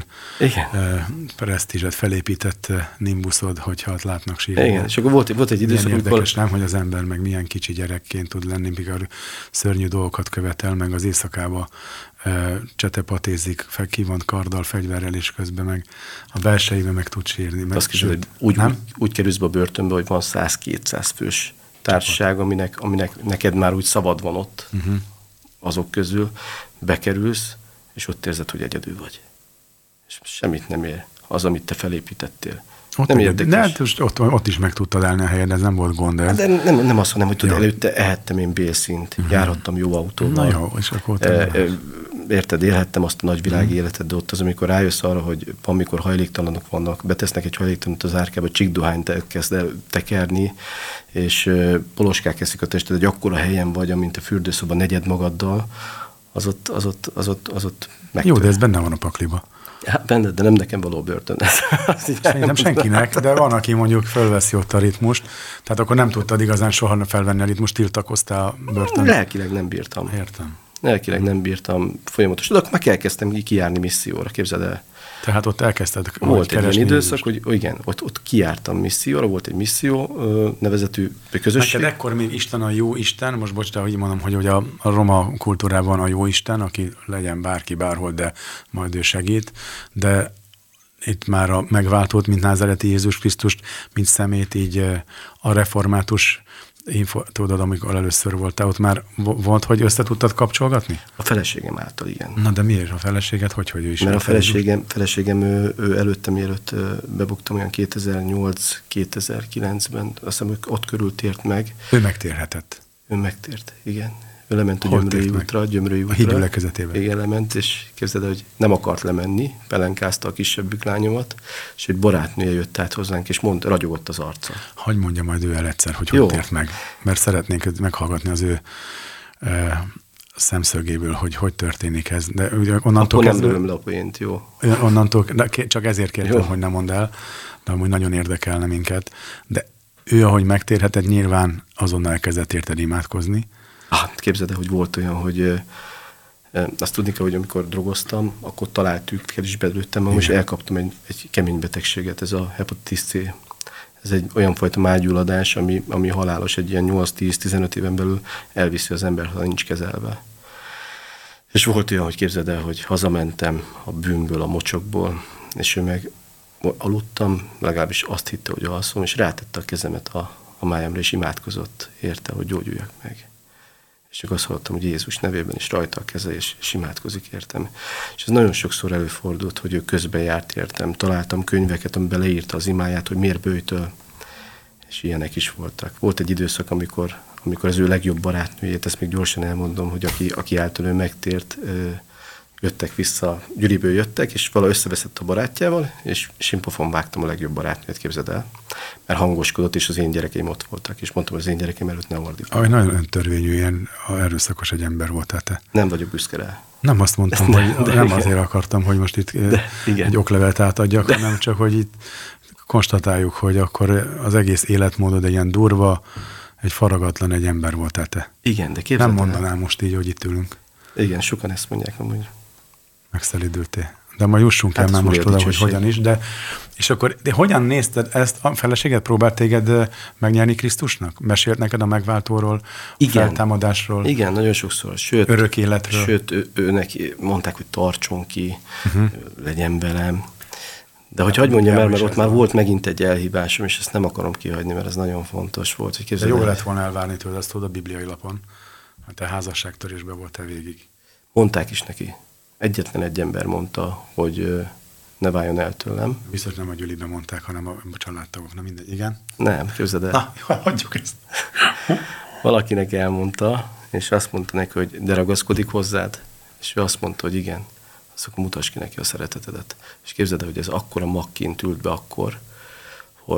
presztízset felépített nimbuszod, hogyha ott látnak sírni. Igen, és akkor volt egy időszak, milyen érdekes, nem, hogy az ember meg milyen kicsi gyerekként tud lenni, mikor szörnyű dolgokat követel, meg az éjszakába csetepatézik, kivont karddal, fegyverrel, és közben meg a belsejében meg tud sírni. Azt kívül, úgy kerülsz be a börtönbe, hogy van 100-200 fős társaság, aminek neked már úgy szabad van ott, azok közül bekerülsz, és ott érzed, hogy egyedül vagy. És semmit nem ér az, amit te felépítettél. Ott nem érdekes. Ott is meg tudtad állni a helyed, ez nem volt gond. De nem azt mondom, hogy tudod, előtte ehettem én bélszint, járhattam jó autóval. Na jó, és akkor érted, élhettem azt a nagyvilági életet, de ott az, amikor rájössz arra, hogy amikor hajléktalanok vannak, betesznek egy hajléktalanot az árkába, csikdohányt kezd el tekerni, és poloskák eszik a tested, egy akkora helyen vagy, amint a fürdőszoba negyed magaddal, az ott megtör. Jó, de ez benne van a pakliba. Ja, benne, de nem nekem való börtön. Nem senkinek, de van, aki mondjuk fölveszi ott a ritmust, tehát akkor nem tudtad igazán soha felvenni a ritmust, tiltakoztál a börtön. Lelkileg nem bírtam. Értem. Lelkileg nem bírtam folyamatosan. De akkor meg elkezdtem kijárni misszióra, képzeld el. Tehát ott elkezdted volt egy ilyen időszak, hogy igen, ott kijártam misszióra, volt egy misszió nevezetű közösség. Neked ekkor még Isten a jó Isten, most bocs, de úgy mondom, hogy a roma kultúrában a jó Isten, aki legyen bárki bárhol, de majd ő segít, de itt már a megváltót, mint názáreti Jézus Krisztust, mint szemét, így a református tudod, amikor először voltál, ott már volt, hogy össze tudtad kapcsolgatni? A feleségem által, igen. Na, de miért a feleséget? Hogy ő is? Mert a feleségem ő előtte, mielőtt bebuktam, olyan 2008-2009-ben, azt hiszem, ott körül tért meg. Ő megtérhetett. Ő megtért, igen. Ő lement a Gyömrői útra. A hídgyülekezetében. Igen, lement, és képzeld, hogy nem akart lemenni, pelenkázta a kisebbik lányomat, és egy barátnője jött át hozzánk, és ragyogott az arca. Hagy mondja majd ő el egyszer, hogy tért meg, mert szeretnénk meghallgatni az ő szemszögéből, hogy történik ez. De onnantól akkor nem lőm le a poént, jó? Onnantól, csak ezért kértem, hogy nem mondd el, de amúgy nagyon érdekelne minket. De ő, ahogy megtérhetett, nyilván azonnal elkezdett érted imádkozni. Képzeld el, hogy volt olyan, hogy azt tudni kell, hogy amikor drogoztam, akkor talált tűkkel is belőttem magam, és elkaptam egy kemény betegséget, ez a hepatitis C. Ez egy olyan fajta mágyulladás, ami halálos, egy ilyen 8-10-15 éven belül elviszi az ember, ha nincs kezelve. És volt olyan, hogy képzeld el, hogy hazamentem a bűnből, a mocsokból, és ő meg aludtam, legalábbis azt hitte, hogy alszom, és rátette a kezemet a májamra, és imádkozott érte, hogy gyógyuljak meg. És csak azt hallottam, hogy Jézus nevében is rajta a keze, és imádkozik értem. És ez nagyon sokszor előfordult, hogy ő közben járt értem. Találtam könyveket, amiben leírta az imáját, hogy miért böjtöl. És ilyenek is voltak. Volt egy időszak, amikor az ő legjobb barátnőjét, ezt még gyorsan elmondom, hogy aki által ő megtért, jöttek vissza, Gyüriből jöttek, és valahogy összeveszett a barátjával, és simpofon vágtam a legjobb barátnőt, képzeld el. Mert hangoskodott, és az én gyerekeim ott voltak, és mondtam, hogy az én gyerekeim előtt ne ordítok. Nagyon öntörvényű, ilyen erőszakos egy ember voltál te. Nem vagyok büszke rá. Nem azt mondtam, hogy nem azért akartam, hogy most itt egy oklevelet átadjak, hanem csak, hogy itt konstatáljuk, hogy akkor az egész életmódod egy ilyen durva, egy faragatlan egy ember voltál te. Igen, de képzeld nem mondanám most így, hogy itt ülünk. Igen, sokan ezt mondják amúgy. Megszelidültél. De majd jussunk el már most oda, hogy hogyan is. De hogyan nézted ezt? A feleséget próbált téged megnyerni Krisztusnak? Mesélt neked a megváltóról, feltámadásról? Igen, nagyon sokszor. Sőt, örök életről? Sőt, őnek mondták, hogy tartson ki, legyen velem. De hogy mondjam el, mert ott már volt megint egy elhívásom, és ezt nem akarom kihagyni, mert ez nagyon fontos volt. Hogy de jó lett volna elvárni tőled, azt tudod a bibliai lapon, mert te házasságtörésben voltál végig. Mondták is neki. Egyetlen egy ember mondta, hogy ne váljon el tőlem. Biztos nem a Gyüliben mondták, hanem a családtagok, na mindegy, igen? Nem, képzeld el. Na, hagyjuk ezt. Valakinek elmondta, és azt mondta neki, hogy de ragaszkodik hozzád, és ő azt mondta, hogy igen, azt akkor mutasd ki neki a szeretetedet. És képzeld el, hogy ez akkora magként ült be akkor, hogy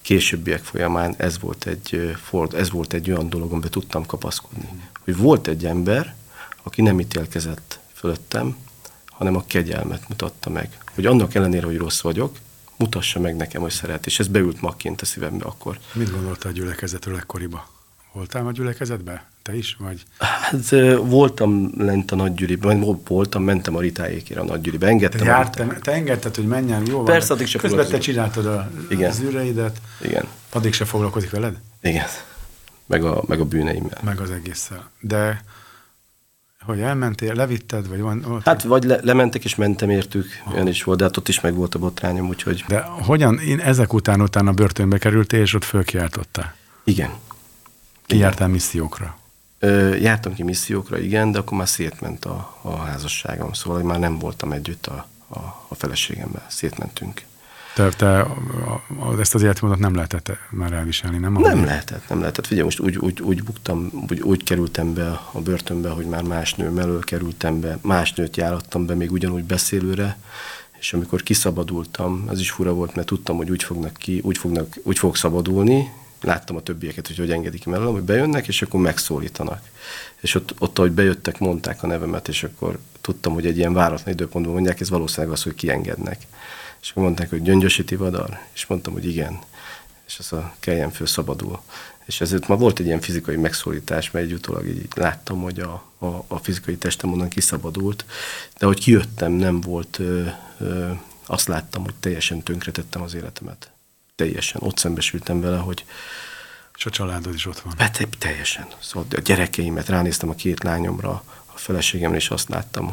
későbbiek folyamán ez volt egy olyan dolog, amiben tudtam kapaszkodni. Hogy volt egy ember, aki nem ítélkezett fölöttem, hanem a kegyelmet mutatta meg. Hogy annak ellenére, hogy rossz vagyok, mutassa meg nekem, hogy szeret. És ez beült magként a szívembe akkor. Mit gondoltál a gyülekezetről ekkoriban? Voltál a gyülekezetben? Te is? Vagy? Hát voltam lent a nagygyűliben, mentem a Ritáékére a nagygyűlibe, engedtem. Te engedted, hogy menjen, jó? Persze, addig se közben te csináltad az űreidet. Igen. Addig se foglalkozik veled? Igen. Meg a bűneimmel. Meg az egésszel. De hogy elmentél, levitted, vagy van? Hát vagy lementek és mentem értük, olyan is volt, de hát ott is meg volt a botrányom, úgyhogy... De hogyan, ezek utána börtönbe kerültél, és ott fölkiáltottál? Igen. Kijártál missziókra? Jártam ki missziókra, igen, de akkor már szétment a házasságom, szóval már nem voltam együtt a feleségemmel, szétmentünk. Te ezt az életmódot nem lehetett már elviselni, nem? Nem lehetett. Figyelj, most úgy buktam, úgy kerültem be a börtönbe, hogy már más nő mellől kerültem be, más nőt járattam be még ugyanúgy beszélőre, és amikor kiszabadultam, ez is fura volt, mert tudtam, hogy úgy fogok szabadulni, láttam a többieket, hogy engedik mellőlem, hogy bejönnek, és akkor megszólítanak. És ott, ahogy bejöttek, mondták a nevemet, és akkor tudtam, hogy egy ilyen váratlan időpontban mondják, ez valószínűleg az, hogy kiengednek. És akkor mondták, hogy Gyöngyösi Tivadar, és mondtam, hogy igen. És az a keljen föl szabadul. És ezért már volt egy ilyen fizikai megszólítás, mert egy utólag így láttam, hogy a fizikai testem onnan kiszabadult, de hogy kijöttem, nem volt, azt láttam, hogy teljesen tönkretettem az életemet. Teljesen. Ott szembesültem vele, hogy... És a családod is ott van. Hát teljesen. Szóval a gyerekeimet, ránéztem a 2 lányomra, a feleségemre, és azt láttam,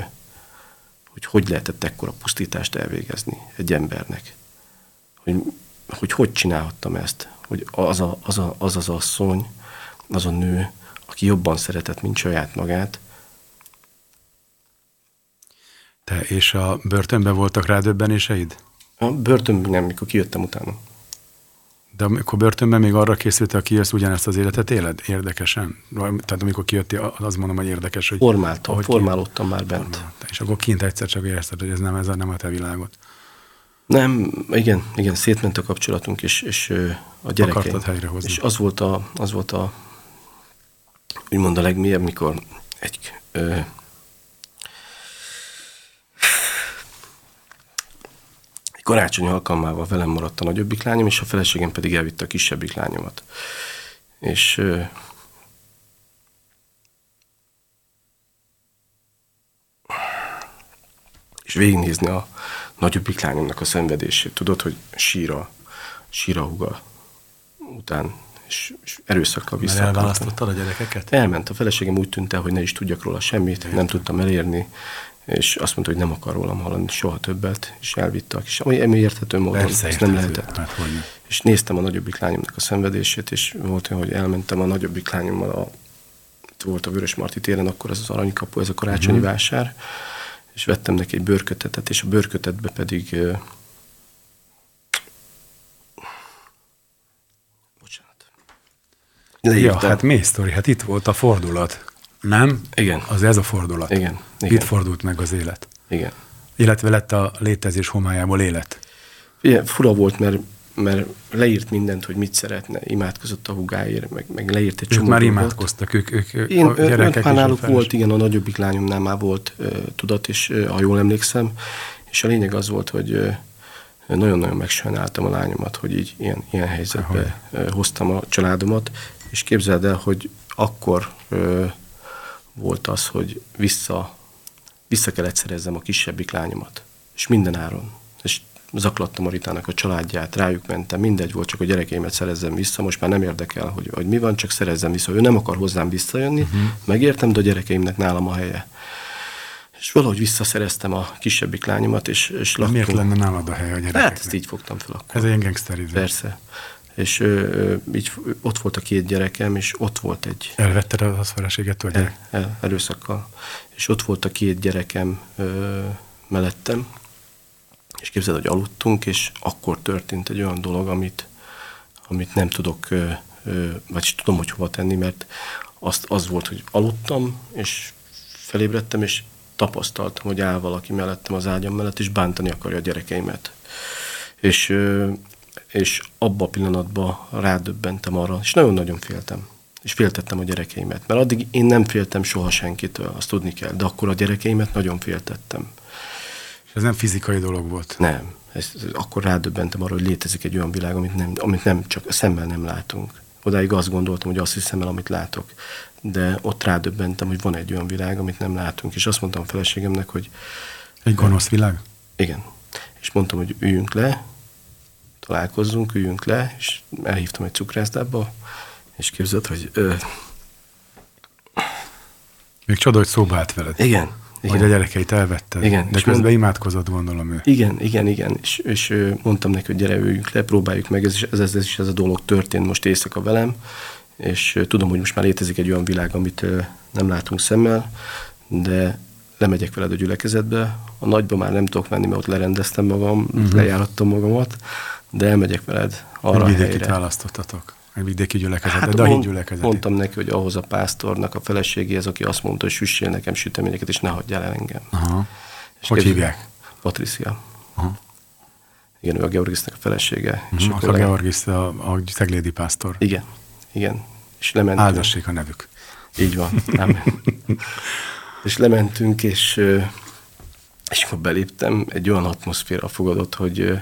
hogy lehetett ekkora pusztítást elvégezni egy embernek. Hogy csinálhattam ezt. Hogy az asszony, az a nő, aki jobban szeretett, mint saját magát. Te és a börtönben voltak rádöbbenéseid? A börtönben nem, mikor kijöttem utána. De amikor börtönben még arra készült, hogy kijössz, ugyanezt az életet éled? Érdekesen? Tehát amikor kijöttél, azt mondom, hogy érdekes, hogy... Formálódtam már bent. És akkor kint egyszer csak érezted, hogy ez nem a te világod. Nem, igen, szétment a kapcsolatunk, és a gyerekeim. Akartad helyrehozni. És az volt a úgymond a legmélyebb, mikor egy karácsony alkalmával velem maradt a nagyobbik lányom, és a feleségem pedig elvitte a kisebbik lányomat. És végignézni a nagyobbik lányomnak a szenvedését. Tudod, hogy sír a húga után, és erőszakkal vissza. Mert elválasztottad a gyerekeket? Elment. A feleségem úgy tűnt el, hogy ne is tudjak róla semmit, nem tudtam elérni, és azt mondta, hogy nem akar rólam hallani soha többet, és elvitte a kis, ami érthető módon, ezt nem lehetett. És néztem a nagyobbik lányomnak a szenvedését, és volt olyan, hogy elmentem a nagyobbik lányommal, volt a Vörösmarty téren, akkor az Aranykapu, ez a karácsonyi vásár, és vettem neki egy bőrkötetet, és a bőrkötetbe pedig Ja, hát mély sztori, hát itt volt a fordulat. Nem? Igen. Ez a fordulat. Igen. Itt fordult meg az élet. Igen. Illetve lett a létezés homályából élet. Igen, fura volt, mert leírt mindent, hogy mit szeretne, imádkozott a húgáért, meg leírt egy csomó már dolgot. Imádkoztak, ők a gyerekek már náluk volt, igen, a nagyobbik lányomnál már volt tudat, és ha jól emlékszem, és a lényeg az volt, hogy nagyon-nagyon megsajnáltam a lányomat, hogy így ilyen helyzetbe hoztam a családomat, és képzeld el, hogy akkor volt az, hogy vissza kellett szerezzem a kisebbik lányomat, és minden áron. És zaklattam a Ritának a családját, rájuk mentem, mindegy volt, csak a gyerekeimet szerezzem vissza, most már nem érdekel, hogy mi van, csak szerezzem vissza. Ő nem akar hozzám visszajönni, megértem, de a gyerekeimnek nálam a helye. És valahogy visszaszereztem a kisebbik lányomat, és laktunk. Miért lenne nálad a hely a gyerekeknek? Hát ezt így fogtam fel akkor. Ez egy gangsterizm. Persze. És így ott volt a 2 gyerekem, és ott volt egy... Elvetted az feleségettől a gyerek? Erőszakkal. És ott volt a 2 gyerekem mellettem, és képzeld, hogy aludtunk, és akkor történt egy olyan dolog, amit nem tudok, vagy tudom, hogy hova tenni, mert az volt, hogy aludtam, és felébredtem, és tapasztaltam, hogy áll valaki mellettem az ágyam mellett, és bántani akarja a gyerekeimet. És és abban a pillanatban rádöbbentem arra, és nagyon-nagyon féltem. És féltettem a gyerekeimet. Mert addig én nem féltem soha senkitől, azt tudni kell. De akkor a gyerekeimet nagyon féltettem. És ez nem fizikai dolog volt? Nem. Akkor rádöbbentem arra, hogy létezik egy olyan világ, amit nem csak a szemmel nem látunk. Odáig azt gondoltam, hogy azt hiszem el, amit látok. De ott rádöbbentem, hogy van egy olyan világ, amit nem látunk. És azt mondtam a feleségemnek, hogy... Egy gonosz világ? Igen. És mondtam, hogy üljünk le, találkozzunk, üljünk le, és elhívtam egy cukrászdába, és képzeld, hogy... Még csoda, hogy szóba állt veled. Igen. Hogy a gyerekeit elvetted. Igen. De közben imádkozott, gondolom ő. Igen. És mondtam neki, hogy gyere, üljünk le, próbáljuk meg, ez a dolog történt most éjszaka velem, és tudom, hogy most már létezik egy olyan világ, amit nem látunk szemmel, de lemegyek veled a gyülekezetbe. A nagyba már nem tudok menni, mert ott lerendeztem magam, lejárattam magamat, de elmegyek veled arra a helyre. Vidékit választottatok. Egy vidéki gyülekezetet, de a hídgyülekezetet. Mondtam neki, hogy ahhoz a pásztornak a feleségéhez, aki azt mondta, hogy süssél nekem süteményeket, és ne hagyjál el engem. Aha. És hogy hívják? Patricia. Aha. Igen, ő a Georgisnek a felesége. És a Georgis a ceglédi pásztor. Igen. És lementünk. Áldassék a nevük. Így van. És lementünk, és akkor beléptem, egy olyan atmoszféra fogadott, hogy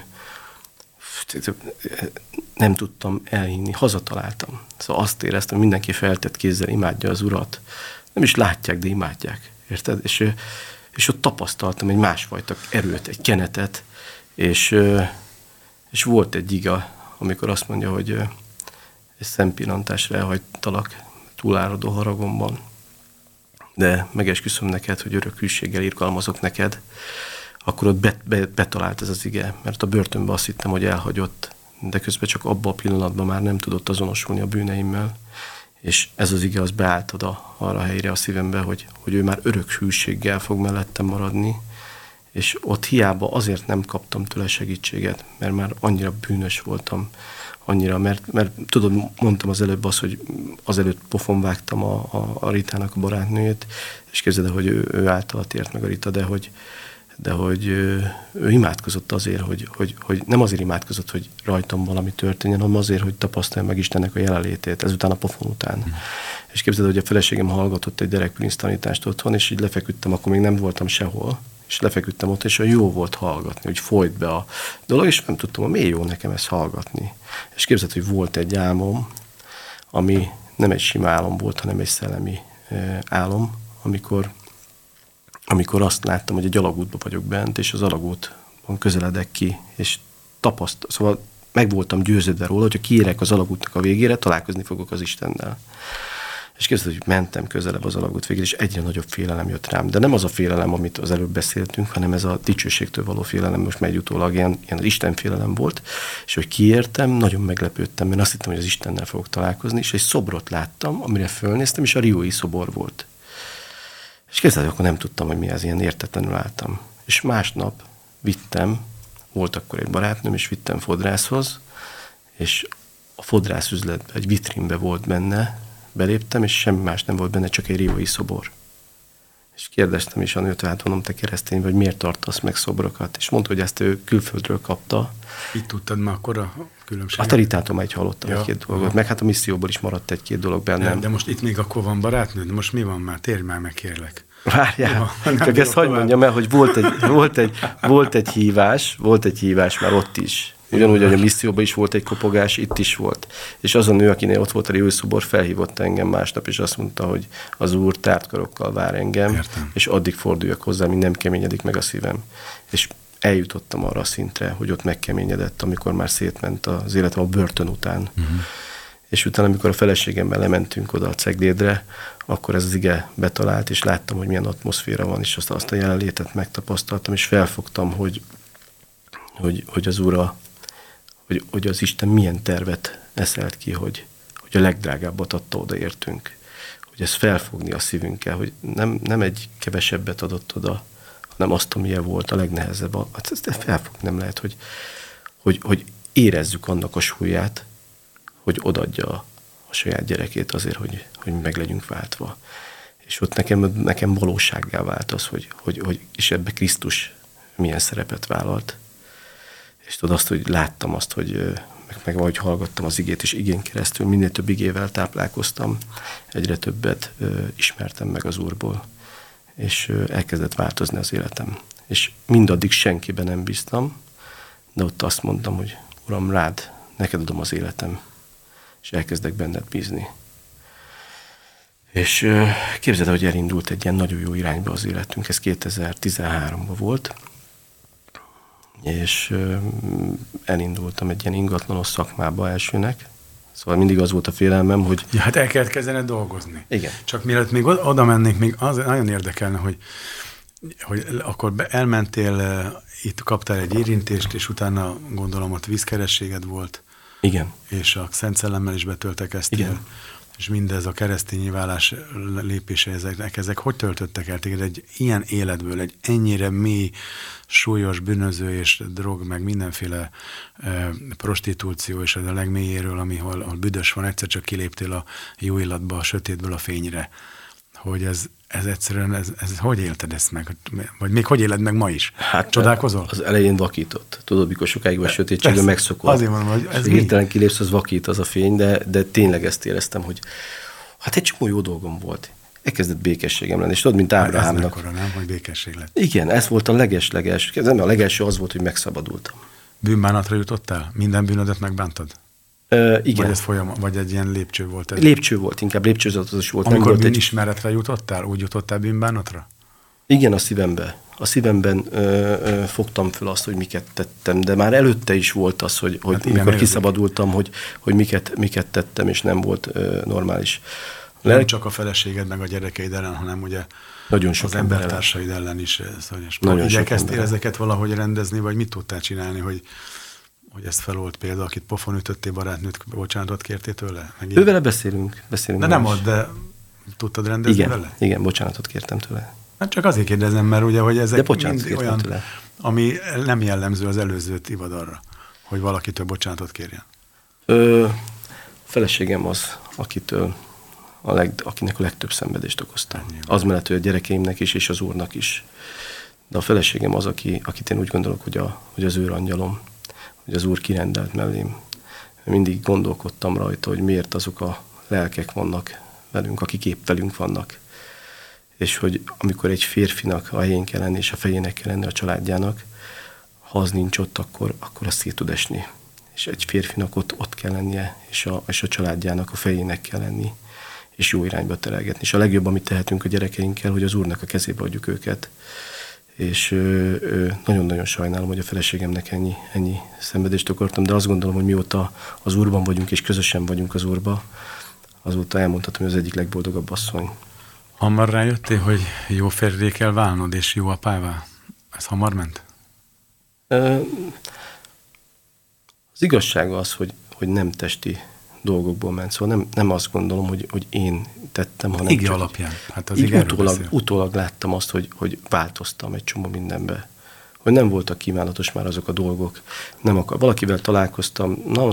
nem tudtam elhinni, hazataláltam. Szóval azt éreztem, hogy mindenki feltett kézzel imádja az Urat. Nem is látják, de imádják. Érted? És ott tapasztaltam egy másfajta erőt, egy kenetet, és volt egy iga, amikor azt mondja, hogy egy szempillantásra elhagytalak túláradó haragomban, de megesküszöm neked, hogy örök hűséggel irgalmazok neked, akkor ott betalált ez az ige, mert a börtönben azt hittem, hogy elhagyott, de közben csak abban a pillanatban már nem tudott azonosulni a bűneimmel, és ez az ige az beállt arra a helyre a szívembe, hogy ő már örök hűséggel fog mellettem maradni, és ott hiába azért nem kaptam tőle segítséget, mert már annyira bűnös voltam, annyira, mert tudod, mondtam az előbb azt, hogy azelőtt pofon vágtam a Ritának a barátnőjét, és képzeld, hogy ő által tért meg a Rita, de hogy ő imádkozott azért, hogy nem azért imádkozott, hogy rajtam valami történjen, hanem azért, hogy tapasztalja meg Istennek a jelenlétét, ezután a pofon után. És képzeld, hogy a feleségem hallgatott egy Derek Prince tanítást otthon, és így lefeküdtem, akkor még nem voltam sehol, és lefeküdtem ott, és jó volt hallgatni, hogy folyt be a dolog, és nem tudtam, hogy miért jó nekem ezt hallgatni. És képzeld, hogy volt egy álmom, ami nem egy sima álom volt, hanem egy szellemi álom, amikor azt láttam, hogy egy alagútban vagyok bent, és az alagútban közeledek ki, és szóval meg voltam győződve róla, hogyha kiérek az alagútnak a végére, találkozni fogok az Istennel. És képzeld, hogy mentem közelebb az alagút végére, és egyre nagyobb félelem jött rám. De nem az a félelem, amit az előbb beszéltünk, hanem ez a dicsőségtől való félelem, most megy utólag, ilyen Isten félelem volt. És hogy kiértem, nagyon meglepődtem, mert azt hittem, hogy az Istennel fogok találkozni, és egy szobrot láttam, amire fölnéztem, és a riói szobor volt. És képzeld, akkor nem tudtam, hogy mi ez, ilyen értetlenül álltam. És másnap volt akkor egy barátnőm, és vittem fodrászhoz, és a fodrász üzletben, egy vitrínbe volt benne, beléptem, és semmi más nem volt benne, csak egy riói szobor. És kérdeztem is a nőt, hát mondom, te keresztény vagy, miért tartasz meg szobrokat? És mondta, hogy ezt ő külföldről kapta. Így tudtad már akkor a különbséget? A Ritától egy hallottam egy-két dolgot, meg hát a misszióból is maradt egy-két dolog bennem. De most itt még akkor van barátnőd? Most mi van már? Térj már meg, kérlek. Várjál, csak ezt hagyd mondjam el, hogy volt egy hívás már ott is. Ugyanúgy, hogy a misszióban is volt egy kopogás, itt is volt. És az a nő, akinél ott volt a riószobor, felhívott engem másnap, és azt mondta, hogy az Úr tártkarokkal vár engem, Értem. és addig forduljak hozzá, míg nem keményedik meg a szívem. És eljutottam arra a szintre, hogy ott megkeményedett, amikor már szétment az életem a börtön után. És utána, amikor a feleségemmel lementünk oda a Ceglédre, akkor ez az ige betalált, és láttam, hogy milyen atmoszféra van, és azt a jelenlétet megtapasztaltam, és felfogtam, hogy az Úr hogy az Isten milyen tervet eszelt ki, hogy a legdrágábbat adta, odaértünk. Hogy ezt felfogni a szívünkkel, hogy nem egy kevesebbet adott oda, hanem azt, amilyen volt a legnehezebb. Hát ezt felfogni nem lehet, hogy érezzük annak a súlyát, hogy odaadja a saját gyerekét azért, hogy meg legyünk váltva. És ott nekem valósággá vált az, hogy és ebbe Krisztus milyen szerepet vállalt. És tudod azt, hogy láttam azt, hogy meg ahogy hallgattam az igét, és igén keresztül minél több igével táplálkoztam, egyre többet ismertem meg az Úrból, és elkezdett változni az életem. És mindaddig senkiben nem bíztam, de ott azt mondtam, hogy Uram, rád, neked adom az életem, és elkezdek benned bízni. És képzeld, hogy elindult egy ilyen nagyon jó irányba az életünk, ez 2013-ban volt, és elindultam egy ilyen ingatlanos szakmába elsőnek, szóval mindig az volt a félelmem, hogy... Ja, hát el kellett kezdened dolgozni. Igen. Csak mielőtt még oda mennék, még az nagyon érdekelne, hogy akkor elmentél, itt kaptál egy érintést, és utána gondolom ott vízkerességed volt. Igen. És a Szent Szellemmel is betöltekeztél. Igen. És mindez a keresztény válás lépése, ezek hogy töltöttek el téged egy ilyen életből, egy ennyire mély, súlyos bűnöző és drog, meg mindenféle prostitúció, és ez a legmélyéről, ahol büdös van, egyszer csak kiléptél a jó illatba, a sötétből a fényre. Hogy ez egyszerűen, ez hogy élted ezt meg? Vagy még hogy éled meg ma is? Hát csodálkozol? Az elején vakított. Tudod, mikor sokáig vagy sötétségben megszokott. Azért mondom, hogy ez hirtelen kilépsz, az vakít az a fény, de tényleg ezt éreztem, hogy hát egy csomó jó dolgom volt. Elkezdett békességem lenni, és tudod, mint Ábrahámnak. Ez mekkora, nem? Hogy békesség lett. Igen, ez volt a leges. A legelső az volt, hogy megszabadultam. Bűnbánatra jutottál? Minden bűnödet megbántad? Igen. Vagy ez vagy egy ilyen lépcső volt? Ez? Lépcső volt, inkább lépcsőzatos volt. Amikor bűnismeretre jutottál? Úgy jutottál bűnbánatra? Igen, a szívembe. A szívemben fogtam föl azt, hogy miket tettem, de már előtte is volt az, hogy hát amikor kiszabadultam, hogy miket tettem, és nem volt normális. Nem csak a feleséged meg a gyerekeid ellen, hanem ugye nagyon sok az embertársaid ellen is. Igyekeztél ezeket valahogy rendezni, vagy mit tudtál csinálni, hogy ezt felold például, akit pofon ütöttél, barátnőt, bocsánatot kértél tőle? Ővele beszélünk. De nem ott, de tudtad rendezni vele? Igen, bocsánatot kértem tőle. Hát csak azért kérdezem, mert ugye, hogy ezek mind olyan, tőle. Ami nem jellemző az előző ivadalra, hogy valakitől bocsánatot kérjen. Feleségem az, akinek a legtöbb szenvedést okoztam. Az mellett, hogy a gyerekeimnek is, és az Úrnak is. De a feleségem az, akit én úgy gondolok, hogy az őrangyalom, hogy az Úr kirendelt mellém. Mindig gondolkodtam rajta, hogy miért azok a lelkek vannak velünk, akik épp velünk vannak. És hogy amikor egy férfinak a helyén kell lenni, és a fejének kell lenni a családjának, ha az nincs ott, akkor az szét tud esni. És egy férfinak ott kell lennie, és a családjának a fejének kell lenni, és jó irányba terelgetni. És a legjobb, amit tehetünk a gyerekeinkkel, hogy az Úrnak a kezébe adjuk őket. És nagyon-nagyon sajnálom, hogy a feleségemnek ennyi szenvedést okortam, de azt gondolom, hogy mióta az Úrban vagyunk, és közösen vagyunk az Úrba, azóta elmondhatom, hogy az egyik legboldogabb asszony. Hamar rájöttél, hogy jó férjé kell válnod, és jó apává? Ez hamar ment? Az igazság az, hogy nem testi dolgokból ment. Szóval nem azt gondolom, hogy én tettem, hanem ige alapján. Hát az utólag láttam azt, hogy változtam egy csomó mindenbe. Hogy nem voltak kívánatos már azok a dolgok. Valakivel találkoztam, nagyon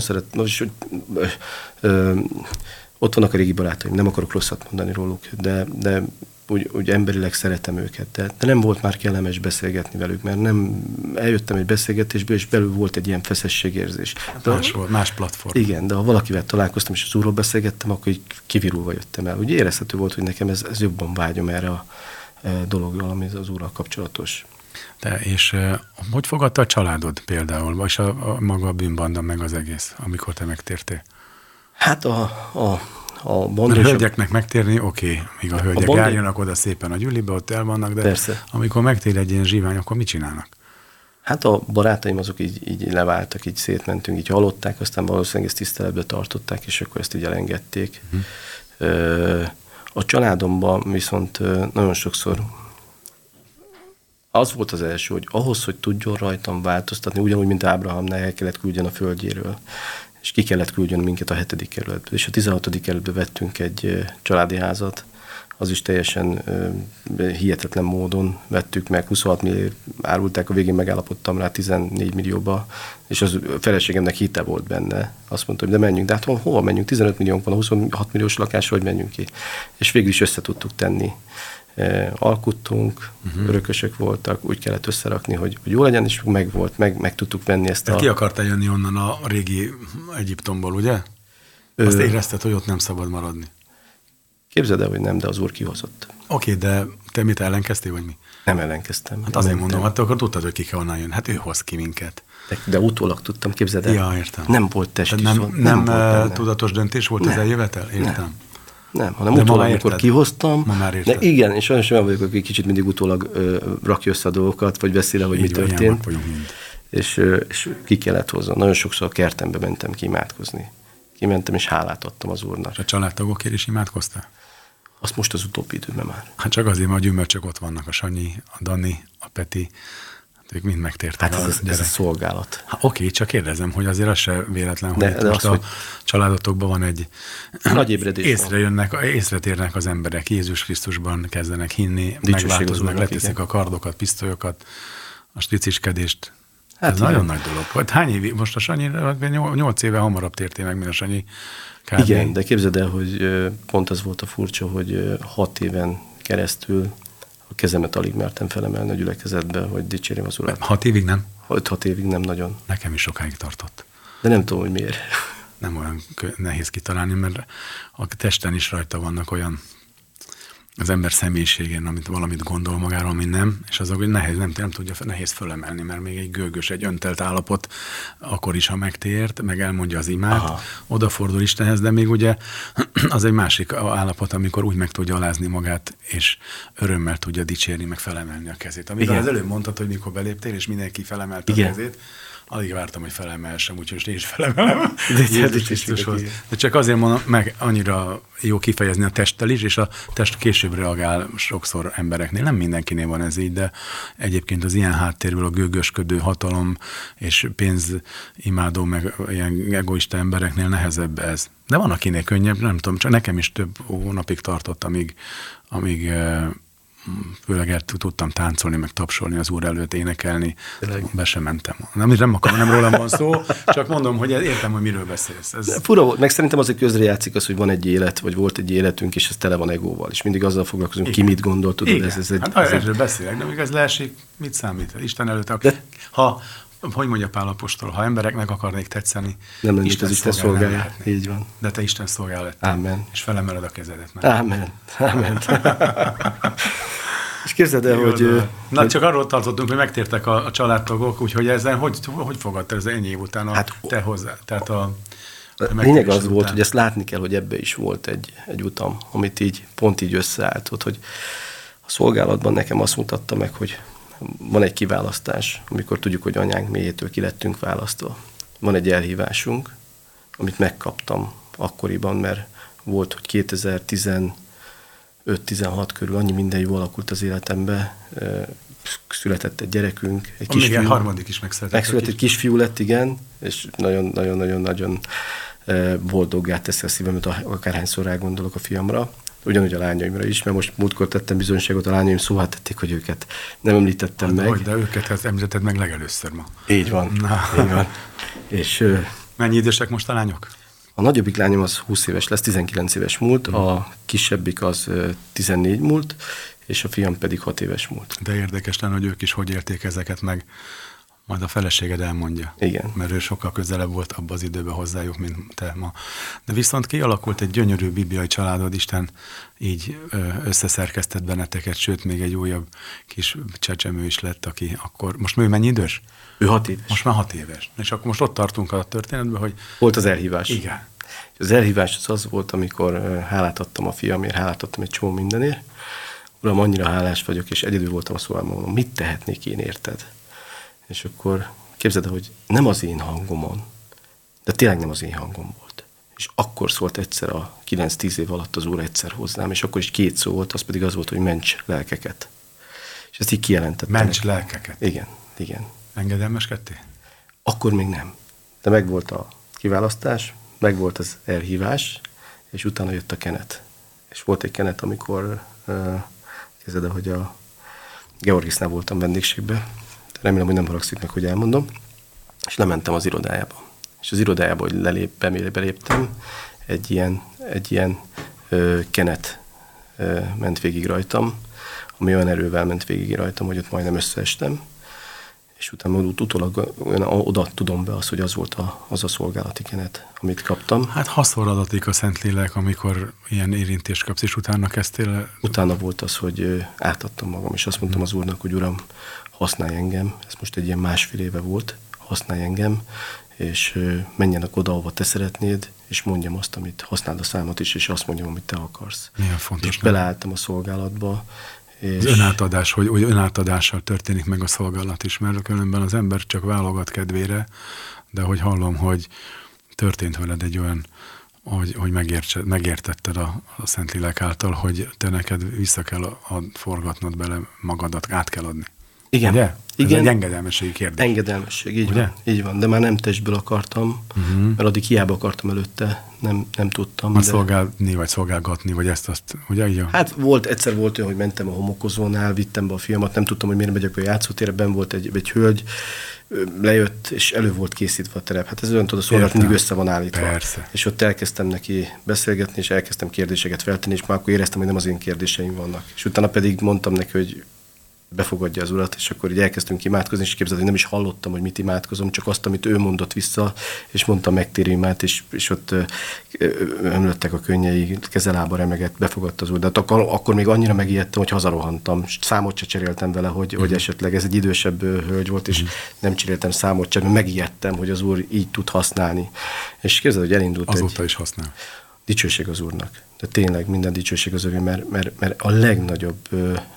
ott vannak a régi barátaim, nem akarok rosszat mondani róluk, de úgy emberileg szeretem őket. De nem volt már kellemes beszélgetni velük, mert nem eljöttem egy beszélgetésből, és belül volt egy ilyen feszességérzés. Más platform. Igen, de ha valakivel találkoztam, és az Úrról beszélgettem, akkor így kivirulva jöttem el. Úgy érezhető volt, hogy nekem ez jobban vágyom erre a dologról, ami az Úrral kapcsolatos. És hogy fogadta a családod például, vagy a maga a bűnbanda meg az egész, amikor te megtértél? Hát a hölgyeknek megtérni, oké, míg a hölgyek járjanak oda szépen a gyülibe, ott el vannak, de persze. Amikor megtér egy ilyen zsivány, akkor mit csinálnak? Hát a barátaim azok így leváltak, így szétmentünk, így hallották, aztán valószínűleg ezt tiszteletbe tartották, és akkor ezt így elengedték. A családomban viszont nagyon sokszor az volt az első, hogy ahhoz, hogy tudjon rajtam változtatni, ugyanúgy, mint Ábrahámnál el kellett küldjen a földjéről, és ki kellett küldjön minket a 7. kerületbe. És a 16. kerületbe vettünk egy családi házat, az is teljesen hihetetlen módon vettük meg, 26 millió árulták, a végén megállapodtam rá 14 millióba, és az feleségemnek hite volt benne. Azt mondta, hogy de menjünk, de hát hova menjünk, 15 milliónk van, a 26 milliós lakásra, hogy menjünk ki. És végül is össze tudtuk tenni. alkuttunk, örökösök voltak, úgy kellett összerakni, hogy jó legyen, és meg tudtuk venni ezt ki akartál jönni onnan a régi Egyiptomból, ugye? Azt érezted, hogy ott nem szabad maradni. Képzeld el, hogy nem, de az Úr kihozott. Oké, de te mit ellenkeztél, vagy mi? Nem ellenkeztem. Hát azért mondom, hát te akkor tudtad, hogy ki kell onnan jön. Hát ő hoz ki minket. De utólag tudtam, képzeld el. Ja, értem. Nem volt testviszont. Nem volt tudatos döntés volt az eljövetel? Értem. Nem, hanem de utólag, amikor kihoztam. Ma már érted. De igen, és sajnos olyan vagyok, aki kicsit mindig utólag rakja össze a dolgokat, vagy beszél, hogy mi történt. És ki kellett hozzá. Nagyon sokszor a kertembe mentem ki imádkozni. Kimentem, és hálát adtam az Úrnak. És a családtagokért is imádkoztál? Azt most az utóbbi időben már. Hát csak azért, mert a gyümölcsök ott vannak, a Sanyi, a Dani, a Peti, hát ők mind megtértek. Hát ez a szolgálat. Hát oké, csak kérdezem, hogy azért az se véletlen, hogy de most a családotokban van egy nagy ébredés. Észretérnek az emberek, Jézus Krisztusban kezdenek hinni, megváltoznak, leteszik a kardokat, pisztolyokat, a striciskedést. Hát ez nagyon nagy dolog. Hát hány évig? Most a Sanyi 8 éve hamarabb tértél meg, mint a Sanyi kb. Igen, de képzeld el, hogy pont az volt a furcsa, hogy 6 éven keresztül a kezemet alig mertem felemelni a gyülekezetbe, hogy dicsérjem az Urat. 6 évig nem? 6 évig nem nagyon. Nekem is sokáig tartott. De nem tudom, hogy miért. Nem olyan nehéz kitalálni, mert a testen is rajta vannak olyan az ember személyiségén, amit valamit gondol magáról, mint nem, és azok, hogy nem tudja, nehéz fölemelni, mert még egy gőgös, egy öntelt állapot, akkor is, ha megtért, meg elmondja az imát, odafordul Istenhez, de még ugye az egy másik állapot, amikor úgy meg tudja alázni magát, és örömmel tudja dicsérni, meg felemelni a kezét. Amikor az előbb mondtad, hogy mikor beléptél, és mindenki felemelte a kezét, alig vártam, hogy felemelhessem, úgyhogy én is felemelem. De csak azért mondom, meg annyira jó kifejezni a testtel is, és a test később reagál sokszor embereknél. Nem mindenkinél van ez így, de egyébként az ilyen háttérből a gőgösködő hatalom és pénzimádó, meg ilyen egoista embereknél nehezebb ez. De van, akinél könnyebb, nem tudom, csak nekem is több hónapig tartott, amíg főleg el tudtam táncolni, meg tapsolni az Úr előtt, énekelni. Be sem mentem. Nem rólam van szó, csak mondom, hogy értem, hogy miről beszélsz. Ez... Fura volt, meg szerintem azért közre játszik az, hogy van egy élet, vagy volt egy életünk, és ez tele van egóval, és mindig azzal foglalkozunk, ki mit gondol, tudod. Erről beszélek, de még ez leesik, mit számít? Isten előtt, hogy mondja Pál apostol, ha embereknek akarnék tetszeni, nem lennék az Isten szolgálja. Így van. De te Isten szolgál lettél. Amen. És felemeled a kezedet már. Amen. Amen. És képzeld el, hogy... Csak arról tartottunk, hogy megtértek a családtagok, úgyhogy ezen hogy fogadtál ez ennyi év után te hozzá? Tehát a lényeg az volt, hogy ezt látni kell, hogy ebbe is volt egy utam, amit így pont így összeállt, hogy a szolgálatban nekem azt mutatta meg, hogy van egy kiválasztás, amikor tudjuk, hogy anyánk mélyétől ki lettünk választva. Van egy elhívásunk, amit megkaptam akkoriban, mert volt, hogy 2015-16 körül annyi minden jó alakult az életembe. Született egy gyerekünk, egy kisfiú. Még harmadik is megszületett. Egy kisfiú lett, igen, és nagyon-nagyon boldoggá teszi a szívemet, akárhányszor rágondolok a fiamra. Ugyanúgy a lányaimra is, mert most múltkor tettem bizonyságot, a lányaim szóvá tették, hogy őket nem említettem meg. De őket említetted meg legelőször ma. Így van. Így van. És, mennyi idősek most a lányok? A nagyobbik lányom az 20 éves lesz, 19 éves múlt, a kisebbik az 14 múlt, és a fiam pedig 6 éves múlt. De érdekes lenne, hogy ők is hogy élték ezeket meg. Majd a feleséged elmondja. Igen. Mert ő sokkal közelebb volt abban az időben hozzájuk, mint te ma. De viszont kialakult egy gyönyörű bibliai családod, Isten így összeszerkesztett benneteket, sőt, még egy újabb kis csecsemő is lett, aki akkor... Most ő mennyi idős? Ő 6 éves. Most már 6 éves. És akkor most ott tartunk a történetben, hogy... Volt az elhívás. Igen. Az elhívás az volt, amikor hálát adtam a fiamért, hálát adtam egy csomó mindenért. Uram, annyira hálás vagyok, és egyedül voltam a szóval, mondom, mit tehetnék én érted? És akkor képzeld el, hogy nem az én hangomon, de tényleg nem az én hangom volt. És akkor szólt egyszer a 9-10 év alatt az Úr egyszer hozzám, és akkor is 2 szó volt, az pedig az volt, hogy ments lelkeket. És ezt így kijelentettem. Ments lelkeket? Igen. Engedelmeskedtél? Akkor még nem. De megvolt a kiválasztás, megvolt az elhívás, és utána jött a kenet. És volt egy kenet, amikor képzeld el, hogy a Georgisnál voltam vendégségben. Remélem, hogy nem haragszik meg, hogy elmondom. És lementem az irodájába. És az irodájába, hogy beléptem, egy ilyen kenet ment végig rajtam, ami olyan erővel ment végig rajtam, hogy ott majdnem összeestem, és utána utólag oda tudom be azt, hogy az volt az a szolgálati kenet, amit kaptam. Hát haszonra adatik a Szentlélek, amikor ilyen érintést kapsz, és utána kezdtél? Utána volt az, hogy átadtam magam, és azt mondtam az Úrnak, hogy Uram, használj engem, ez most egy ilyen 1,5 éve volt, használj engem, és menjenek oda, ahova te szeretnéd, és mondjam azt, amit használd a számot is, és azt mondjam, amit te akarsz. Milyen fontos. És beleálltam a szolgálatba. És az önátadás, hogy önátadással történik meg a szolgálat is, mert különben az ember csak válogat kedvére, de hogy hallom, hogy történt veled egy olyan, hogy megértetted a Szentlélek által, hogy te neked vissza kell forgatnod bele magadat, át kell adni. Igen. Ugye? Igen. Ez egy engedelmességi kérdés. Engedelmesség, így van. De már nem testből akartam, mert addig hiába akartam előtte, nem tudtam. Szolgálni, vagy szolgálgatni, vagy ezt-azt, ugye? Így Hát egyszer volt olyan, hogy mentem a homokozónál, vittem be a fiamat, nem tudtam, hogy miért megyek a játszótérre, benn volt egy hölgy, lejött, és elő volt készítve a terep. Hát ez olyan, tudod, a szolgálat mindig össze van állítva. Persze. És ott elkezdtem neki beszélgetni, és elkezdtem kérdéseket feltenni, és már akkor éreztem, hogy nem az én kérdéseim vannak. És utána pedig mondtam neki, hogy befogadja az Urat, és akkor így elkezdtünk imádkozni, és képzeld, hogy nem is hallottam, hogy mit imádkozom, csak azt, amit ő mondott vissza, és mondta megtérő imát, és ott ömlöttek a könnyei, kezelába remegett, befogadta az Úr. De akkor még annyira megijedtem, hogy hazarohantam. Számot se cseréltem vele, hogy esetleg ez egy idősebb hölgy volt, és nem cseréltem számot sem, megijedtem, hogy az Úr így tud használni. És képzeld, hogy elindult azóta is használ. Dicsőség az Úrnak. De tényleg minden dicsőség az övé, mert a legnagyobb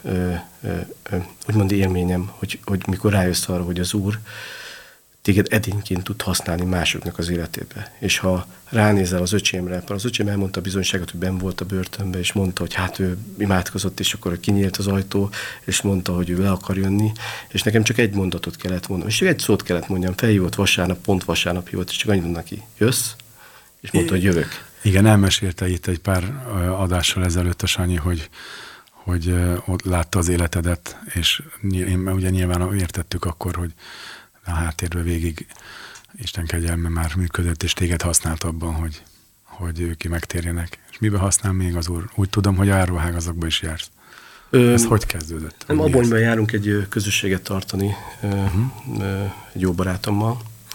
úgymond élményem, hogy mikor rájössz arra, hogy az Úr téged edényként tud használni másoknak az életébe. És ha ránézel az öcsémre, az öcsém elmondta a bizonyságot, hogy benn volt a börtönbe, és mondta, hogy hát ő imádkozott, és akkor kinyílt az ajtó, és mondta, hogy ő le akar jönni, és nekem csak egy mondatot kellett mondanom, és csak egy szót kellett mondjam, felhívott vasárnap, pont vasárnap hívott, és csak annyit mondta neki, jössz? És mondta, hogy jövök. Igen, elmesélte itt egy pár adással ezelőtt a Sanyi, hogy ott látta az életedet, és ugye nyilván értettük akkor, hogy a háttérben végig Isten kegyelme már működött, és téged használt abban, hogy ők ki megtérjenek. És miben használ még az Úr? Úgy tudom, hogy áruhágazakba is jársz. Ez hogy kezdődött? Nem, Abonyban járunk egy közösséget tartani egy jó barátommal,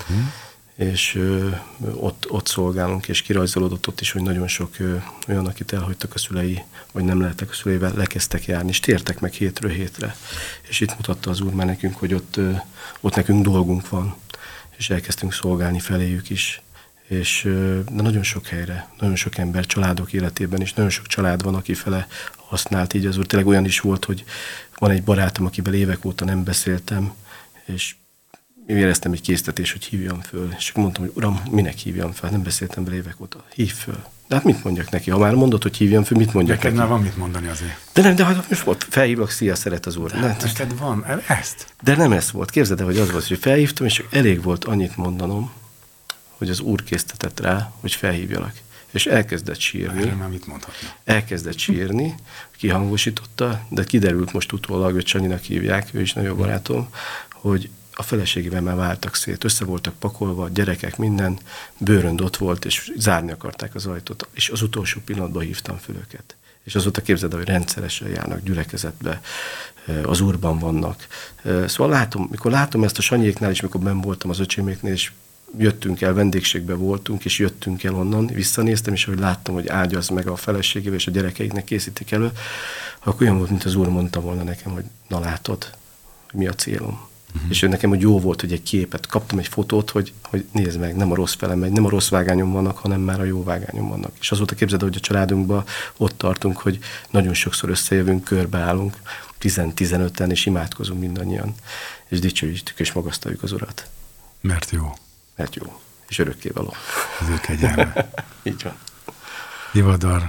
és ott szolgálunk, és kirajzolódott ott is, hogy nagyon sok olyan, akit elhagytak a szülei, vagy nem lehettek a szüleivel, lekezdtek járni, és tértek meg hétről hétre. És itt mutatta az Úr már nekünk, hogy ott nekünk dolgunk van, és elkezdtünk szolgálni feléjük is. De nagyon sok helyre, nagyon sok ember, családok életében is, nagyon sok család van, aki fele használt így az Úr. Tényleg olyan is volt, hogy van egy barátom, akivel évek óta nem beszéltem, és éreztem egy késztetés, hogy hívjam föl, és akkor mondtam, hogy Uram, minek hívjam fel? Nem beszéltem vele évek óta. Hív föl. De hát mit mondjak neki? Ha már mondod, hogy hívjam föl, mit mondjak neki? Neked már van mit mondani azért. De hát most volt, felhívlak, szia, szeret az Úr. Neked van ezt? De nem ez volt. Képzeld el, hogy az volt, hogy felhívtam, és csak elég volt annyit mondanom, hogy az Úr késztetett rá, hogy felhívjalak. És elkezdett sírni. Erre már mit mondhatna? Elkezdett sírni, kihangosította, de kiderült most utólag, hogy Sanyinak hívják, ő is nagyon barátom, hogy a feleségével már váltak szét, össze voltak pakolva, gyerekek, minden, bőrönd ott volt, és zárni akarták az ajtót, és az utolsó pillanatban hívtam föl őket. És azóta képzeld, hogy rendszeresen járnak gyülekezetbe, az Úrban vannak. Szóval mikor látom ezt a Sanyéknál, és mikor benn voltam az öcséméknél, és jöttünk el, vendégségbe voltunk, és jöttünk el onnan, visszanéztem, és ahogy láttam, hogy ágyaz meg a feleségével, és a gyerekeiknek készítik elő, akkor olyan volt, mint az Úr mondta volna nekem, hogy na látod, hogy mi a célom. És nekem, hogy jó volt, hogy egy képet, kaptam egy fotót, hogy nézd meg, nem a rossz felem megy, nem a rossz vágányon vannak, hanem már a jó vágányon vannak. És azóta képzeld, hogy a családunkban ott tartunk, hogy nagyon sokszor összejövünk, körbeállunk, 10-15-en, és imádkozunk mindannyian. És dicsőítjük és magasztaljuk az Urat. Mert jó. Mert jó. És örökké való. Az ő kegyelme. Így van. Ivadar,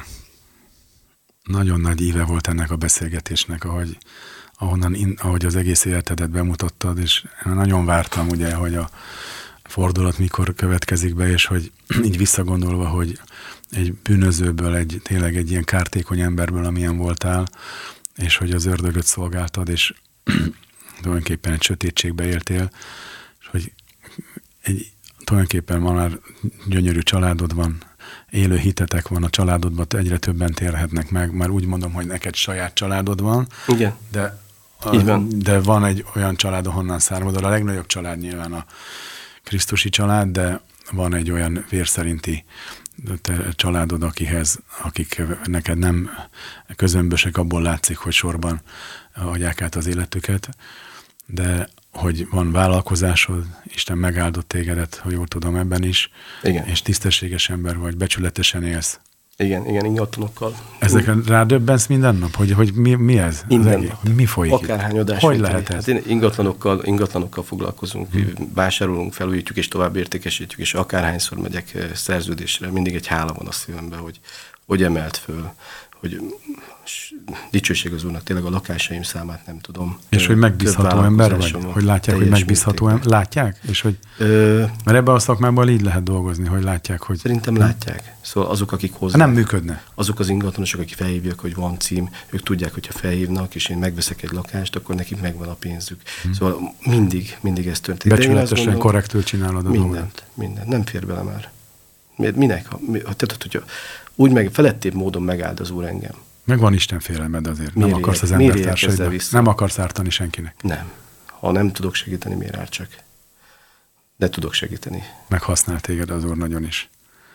nagyon nagy íve volt ennek a beszélgetésnek, ahogy az egész életedet bemutattad, és nagyon vártam, ugye, hogy a fordulat mikor következik be, és hogy így visszagondolva, hogy egy bűnözőből, tényleg egy ilyen kártékony emberből, amilyen voltál, és hogy az ördögöt szolgáltad, és tulajdonképpen egy sötétségbe éltél, és hogy tulajdonképpen ma már gyönyörű családod van, élő hitetek van a családodban, egyre többen térhetnek meg. Már úgy mondom, hogy neked saját családod van. Igen. De van egy olyan család, ahonnan származol. A legnagyobb család nyilván a krisztusi család, de van egy olyan vérszerinti családod, akik neked nem közömbösek, abból látszik, hogy sorban adják át az életüket, de hogy van vállalkozásod, Isten megáldott tégedet, hogy jól tudom ebben is, igen. És tisztességes ember vagy, becsületesen élsz. Igen, ingatlanokkal. Ezekre rádöbbensz minden nap? Hogy mi ez? Mi folyik? Akárhány adás. Hogy lehet ez? Hát ingatlanokkal foglalkozunk, vásárolunk, felújítjuk és tovább értékesítjük, és akárhányszor megyek szerződésre, mindig egy hála van a szívemben, hogy emelt föl, hogy dicsőség az Úrnak, tényleg a lakásaim számát nem tudom. És hogy megbízható ember vagy? Hogy látják, hogy megbízható ember? Látják? És hogy, mert ebben a szakmában így lehet dolgozni, hogy látják, hogy... Szerintem látják. Szóval azok, akik hozzá... Nem működne. Azok az ingatlanosok, akik felhívják, hogy van cím, ők tudják, hogyha felhívnak, és én megveszek egy lakást, akkor nekik megvan a pénzük. Szóval mindig ez történik. Becsületesen, korrektül csinálod a dolgot. Mindent. Nem fér bele már. Minek? Tehát, hogyha úgy felettébb módon megáld az Úr engem. Meg van Isten félelmed azért. Nem akarsz az embertársaidban. Nem akarsz ártani senkinek. Nem. Ha nem tudok segíteni, miért ártsak? De tudok segíteni. Meg használ téged az Úr nagyon is.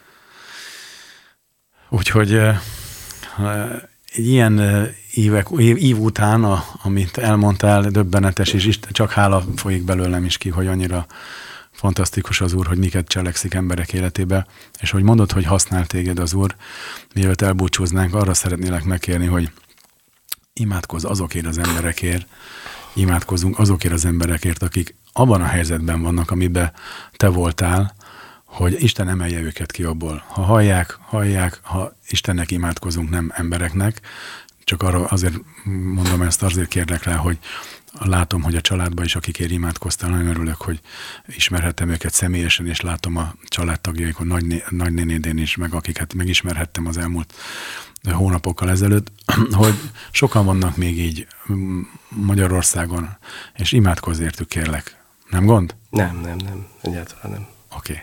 Úgyhogy egy ilyen év után, amit elmondtál, döbbenetes, és csak hála folyik belőlem is ki, hogy annyira fantasztikus az Úr, hogy miket cselekszik emberek életébe, és hogy mondod, hogy használ téged az Úr, mielőtt elbúcsúznánk, arra szeretnélek megkérni, hogy imádkozz azokért az emberekért, imádkozzunk azokért az emberekért, akik abban a helyzetben vannak, amiben te voltál, hogy Isten emelje őket ki abból. Ha hallják, ha Istennek imádkozunk, nem embereknek, csak arra azért mondom ezt, azért kérlek rá, hogy látom, hogy a családban is, akikért imádkoztál, nagyon örülök, hogy ismerhettem őket személyesen, és látom a családtagjaikon, nagynénédén is, meg akiket megismerhettem az elmúlt hónapokkal ezelőtt, hogy sokan vannak még így Magyarországon, és imádkozz értük, kérlek. Nem gond? Nem, egyáltalán nem. Oké.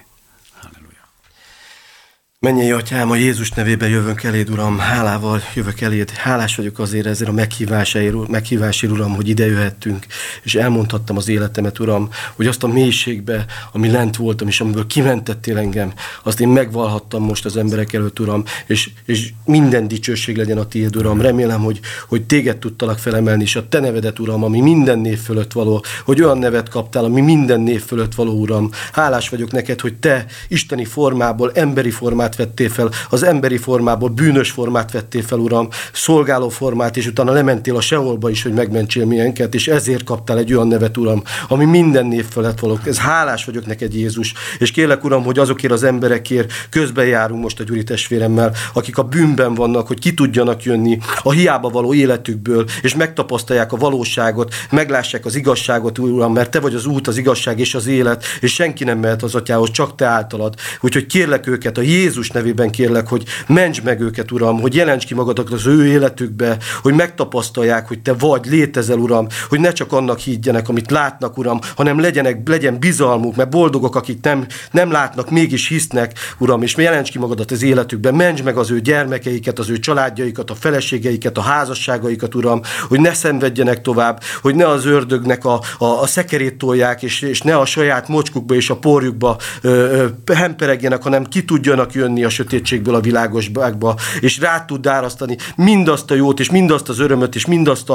Mennyei Atyám, a Jézus nevében jövök eléd, Uram, hálával jövök eléd. Hálás vagyok ezért a meghívásért, Uram, hogy ide jöhettünk, és elmondhattam az életemet, Uram, hogy azt a mélységbe, ami lent voltam, és amiből kimentettél engem, azt én megvalhattam most az emberek előtt, Uram, és minden dicsőség legyen a tiéd, Uram. Remélem, hogy téged tudtalak felemelni, és a te nevedet, Uram, ami minden név fölött való, hogy olyan nevet kaptál, ami minden név fölött való, Uram. Hálás vagyok neked, hogy te isteni formából, emberi formát vettél fel, az emberi formából bűnös formát vettél fel, Uram, szolgáló formát, és utána lementél a Seolba is, hogy megmentsél minket, és ezért kaptál egy olyan nevet, Uram, ami minden név felett való. Ez hálás vagyok neked, Jézus, és kérlek, Uram, hogy azokért az emberekért közben járunk most a Gyuri testvéremmel, akik a bűnben vannak, hogy ki tudjanak jönni a hiába való életükből, és megtapasztalják a valóságot, meglássák az igazságot, Uram, mert te vagy az út, az igazság és az élet, és senki nem mehet az Atyához, csak te általad. Úgyhogy kérlek őket, a Jézus nevében kérlek, hogy mentsd meg őket, Uram, hogy jelents ki magadat az ő életükbe, hogy megtapasztalják, hogy te vagy, létezel, Uram, hogy ne csak annak higgyenek, amit látnak, Uram, hanem legyen bizalmuk, mert boldogok, akik nem látnak, mégis hisznek, Uram, és jelents ki magadat az életükben, mentsd meg az ő gyermekeiket, az ő családjaikat, a feleségeiket, a házasságaikat, Uram, hogy ne szenvedjenek tovább, hogy ne az ördögnek a szekerét tolják, és ne a saját mocskukba és a porjukba hemperegjenek, hanem ki tudjanak jönni a sötétségből a világosságba, és rá tud árasztani mindazt a jót, és mindazt az örömöt, és mindazt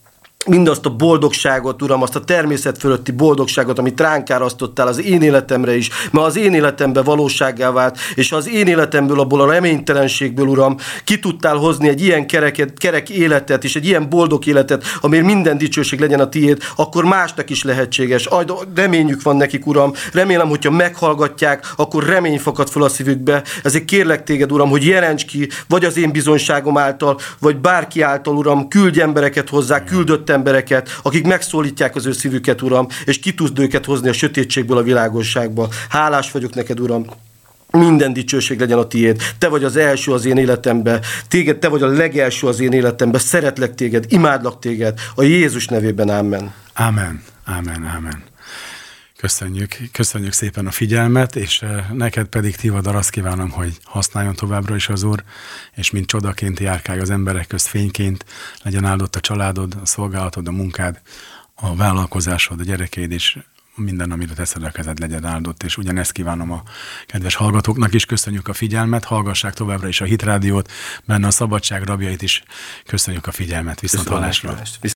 a boldogságot, Uram, azt a természet fölötti boldogságot, amit ránk árasztottál az én életemre is, mert az én életemben valósággá vált, és az én életemből, abból a reménytelenségből, Uram, ki tudtál hozni egy ilyen kerek életet, és egy ilyen boldog életet, amért minden dicsőség legyen a tiéd, akkor másnak is lehetséges. Reményük van nekik, Uram. Remélem, hogyha meghallgatják, akkor remény fakad fel a szívükbe. Ezért kérlek téged, Uram, hogy jelents ki, vagy az én bizonyságom által, vagy bárki által, Uram, küldj embereket hozzá, küldött embereket, akik megszólítják az ő szívüket, Uram, és ki tudsz őket hozni a sötétségből a világosságba. Hálás vagyok neked, Uram. Minden dicsőség legyen a tiéd. Te vagy az első az én életemben. Te vagy a legelső az én életemben. Szeretlek téged, imádlak téged. A Jézus nevében, amen. Amen, amen, amen. Köszönjük szépen a figyelmet, és neked pedig, Tivadar, azt kívánom, hogy használjon továbbra is az Úr, és mint csodaként járkálj az emberek közt fényként, legyen áldott a családod, a szolgálatod, a munkád, a vállalkozásod, a gyerekeid, és minden, amire teszed a kezed, legyen áldott, és ugyanezt kívánom a kedves hallgatóknak is. Köszönjük a figyelmet, hallgassák továbbra is a Hit Rádiót, benne a Szabadság rabjait is. Köszönjük a figyelmet, viszont hallásra.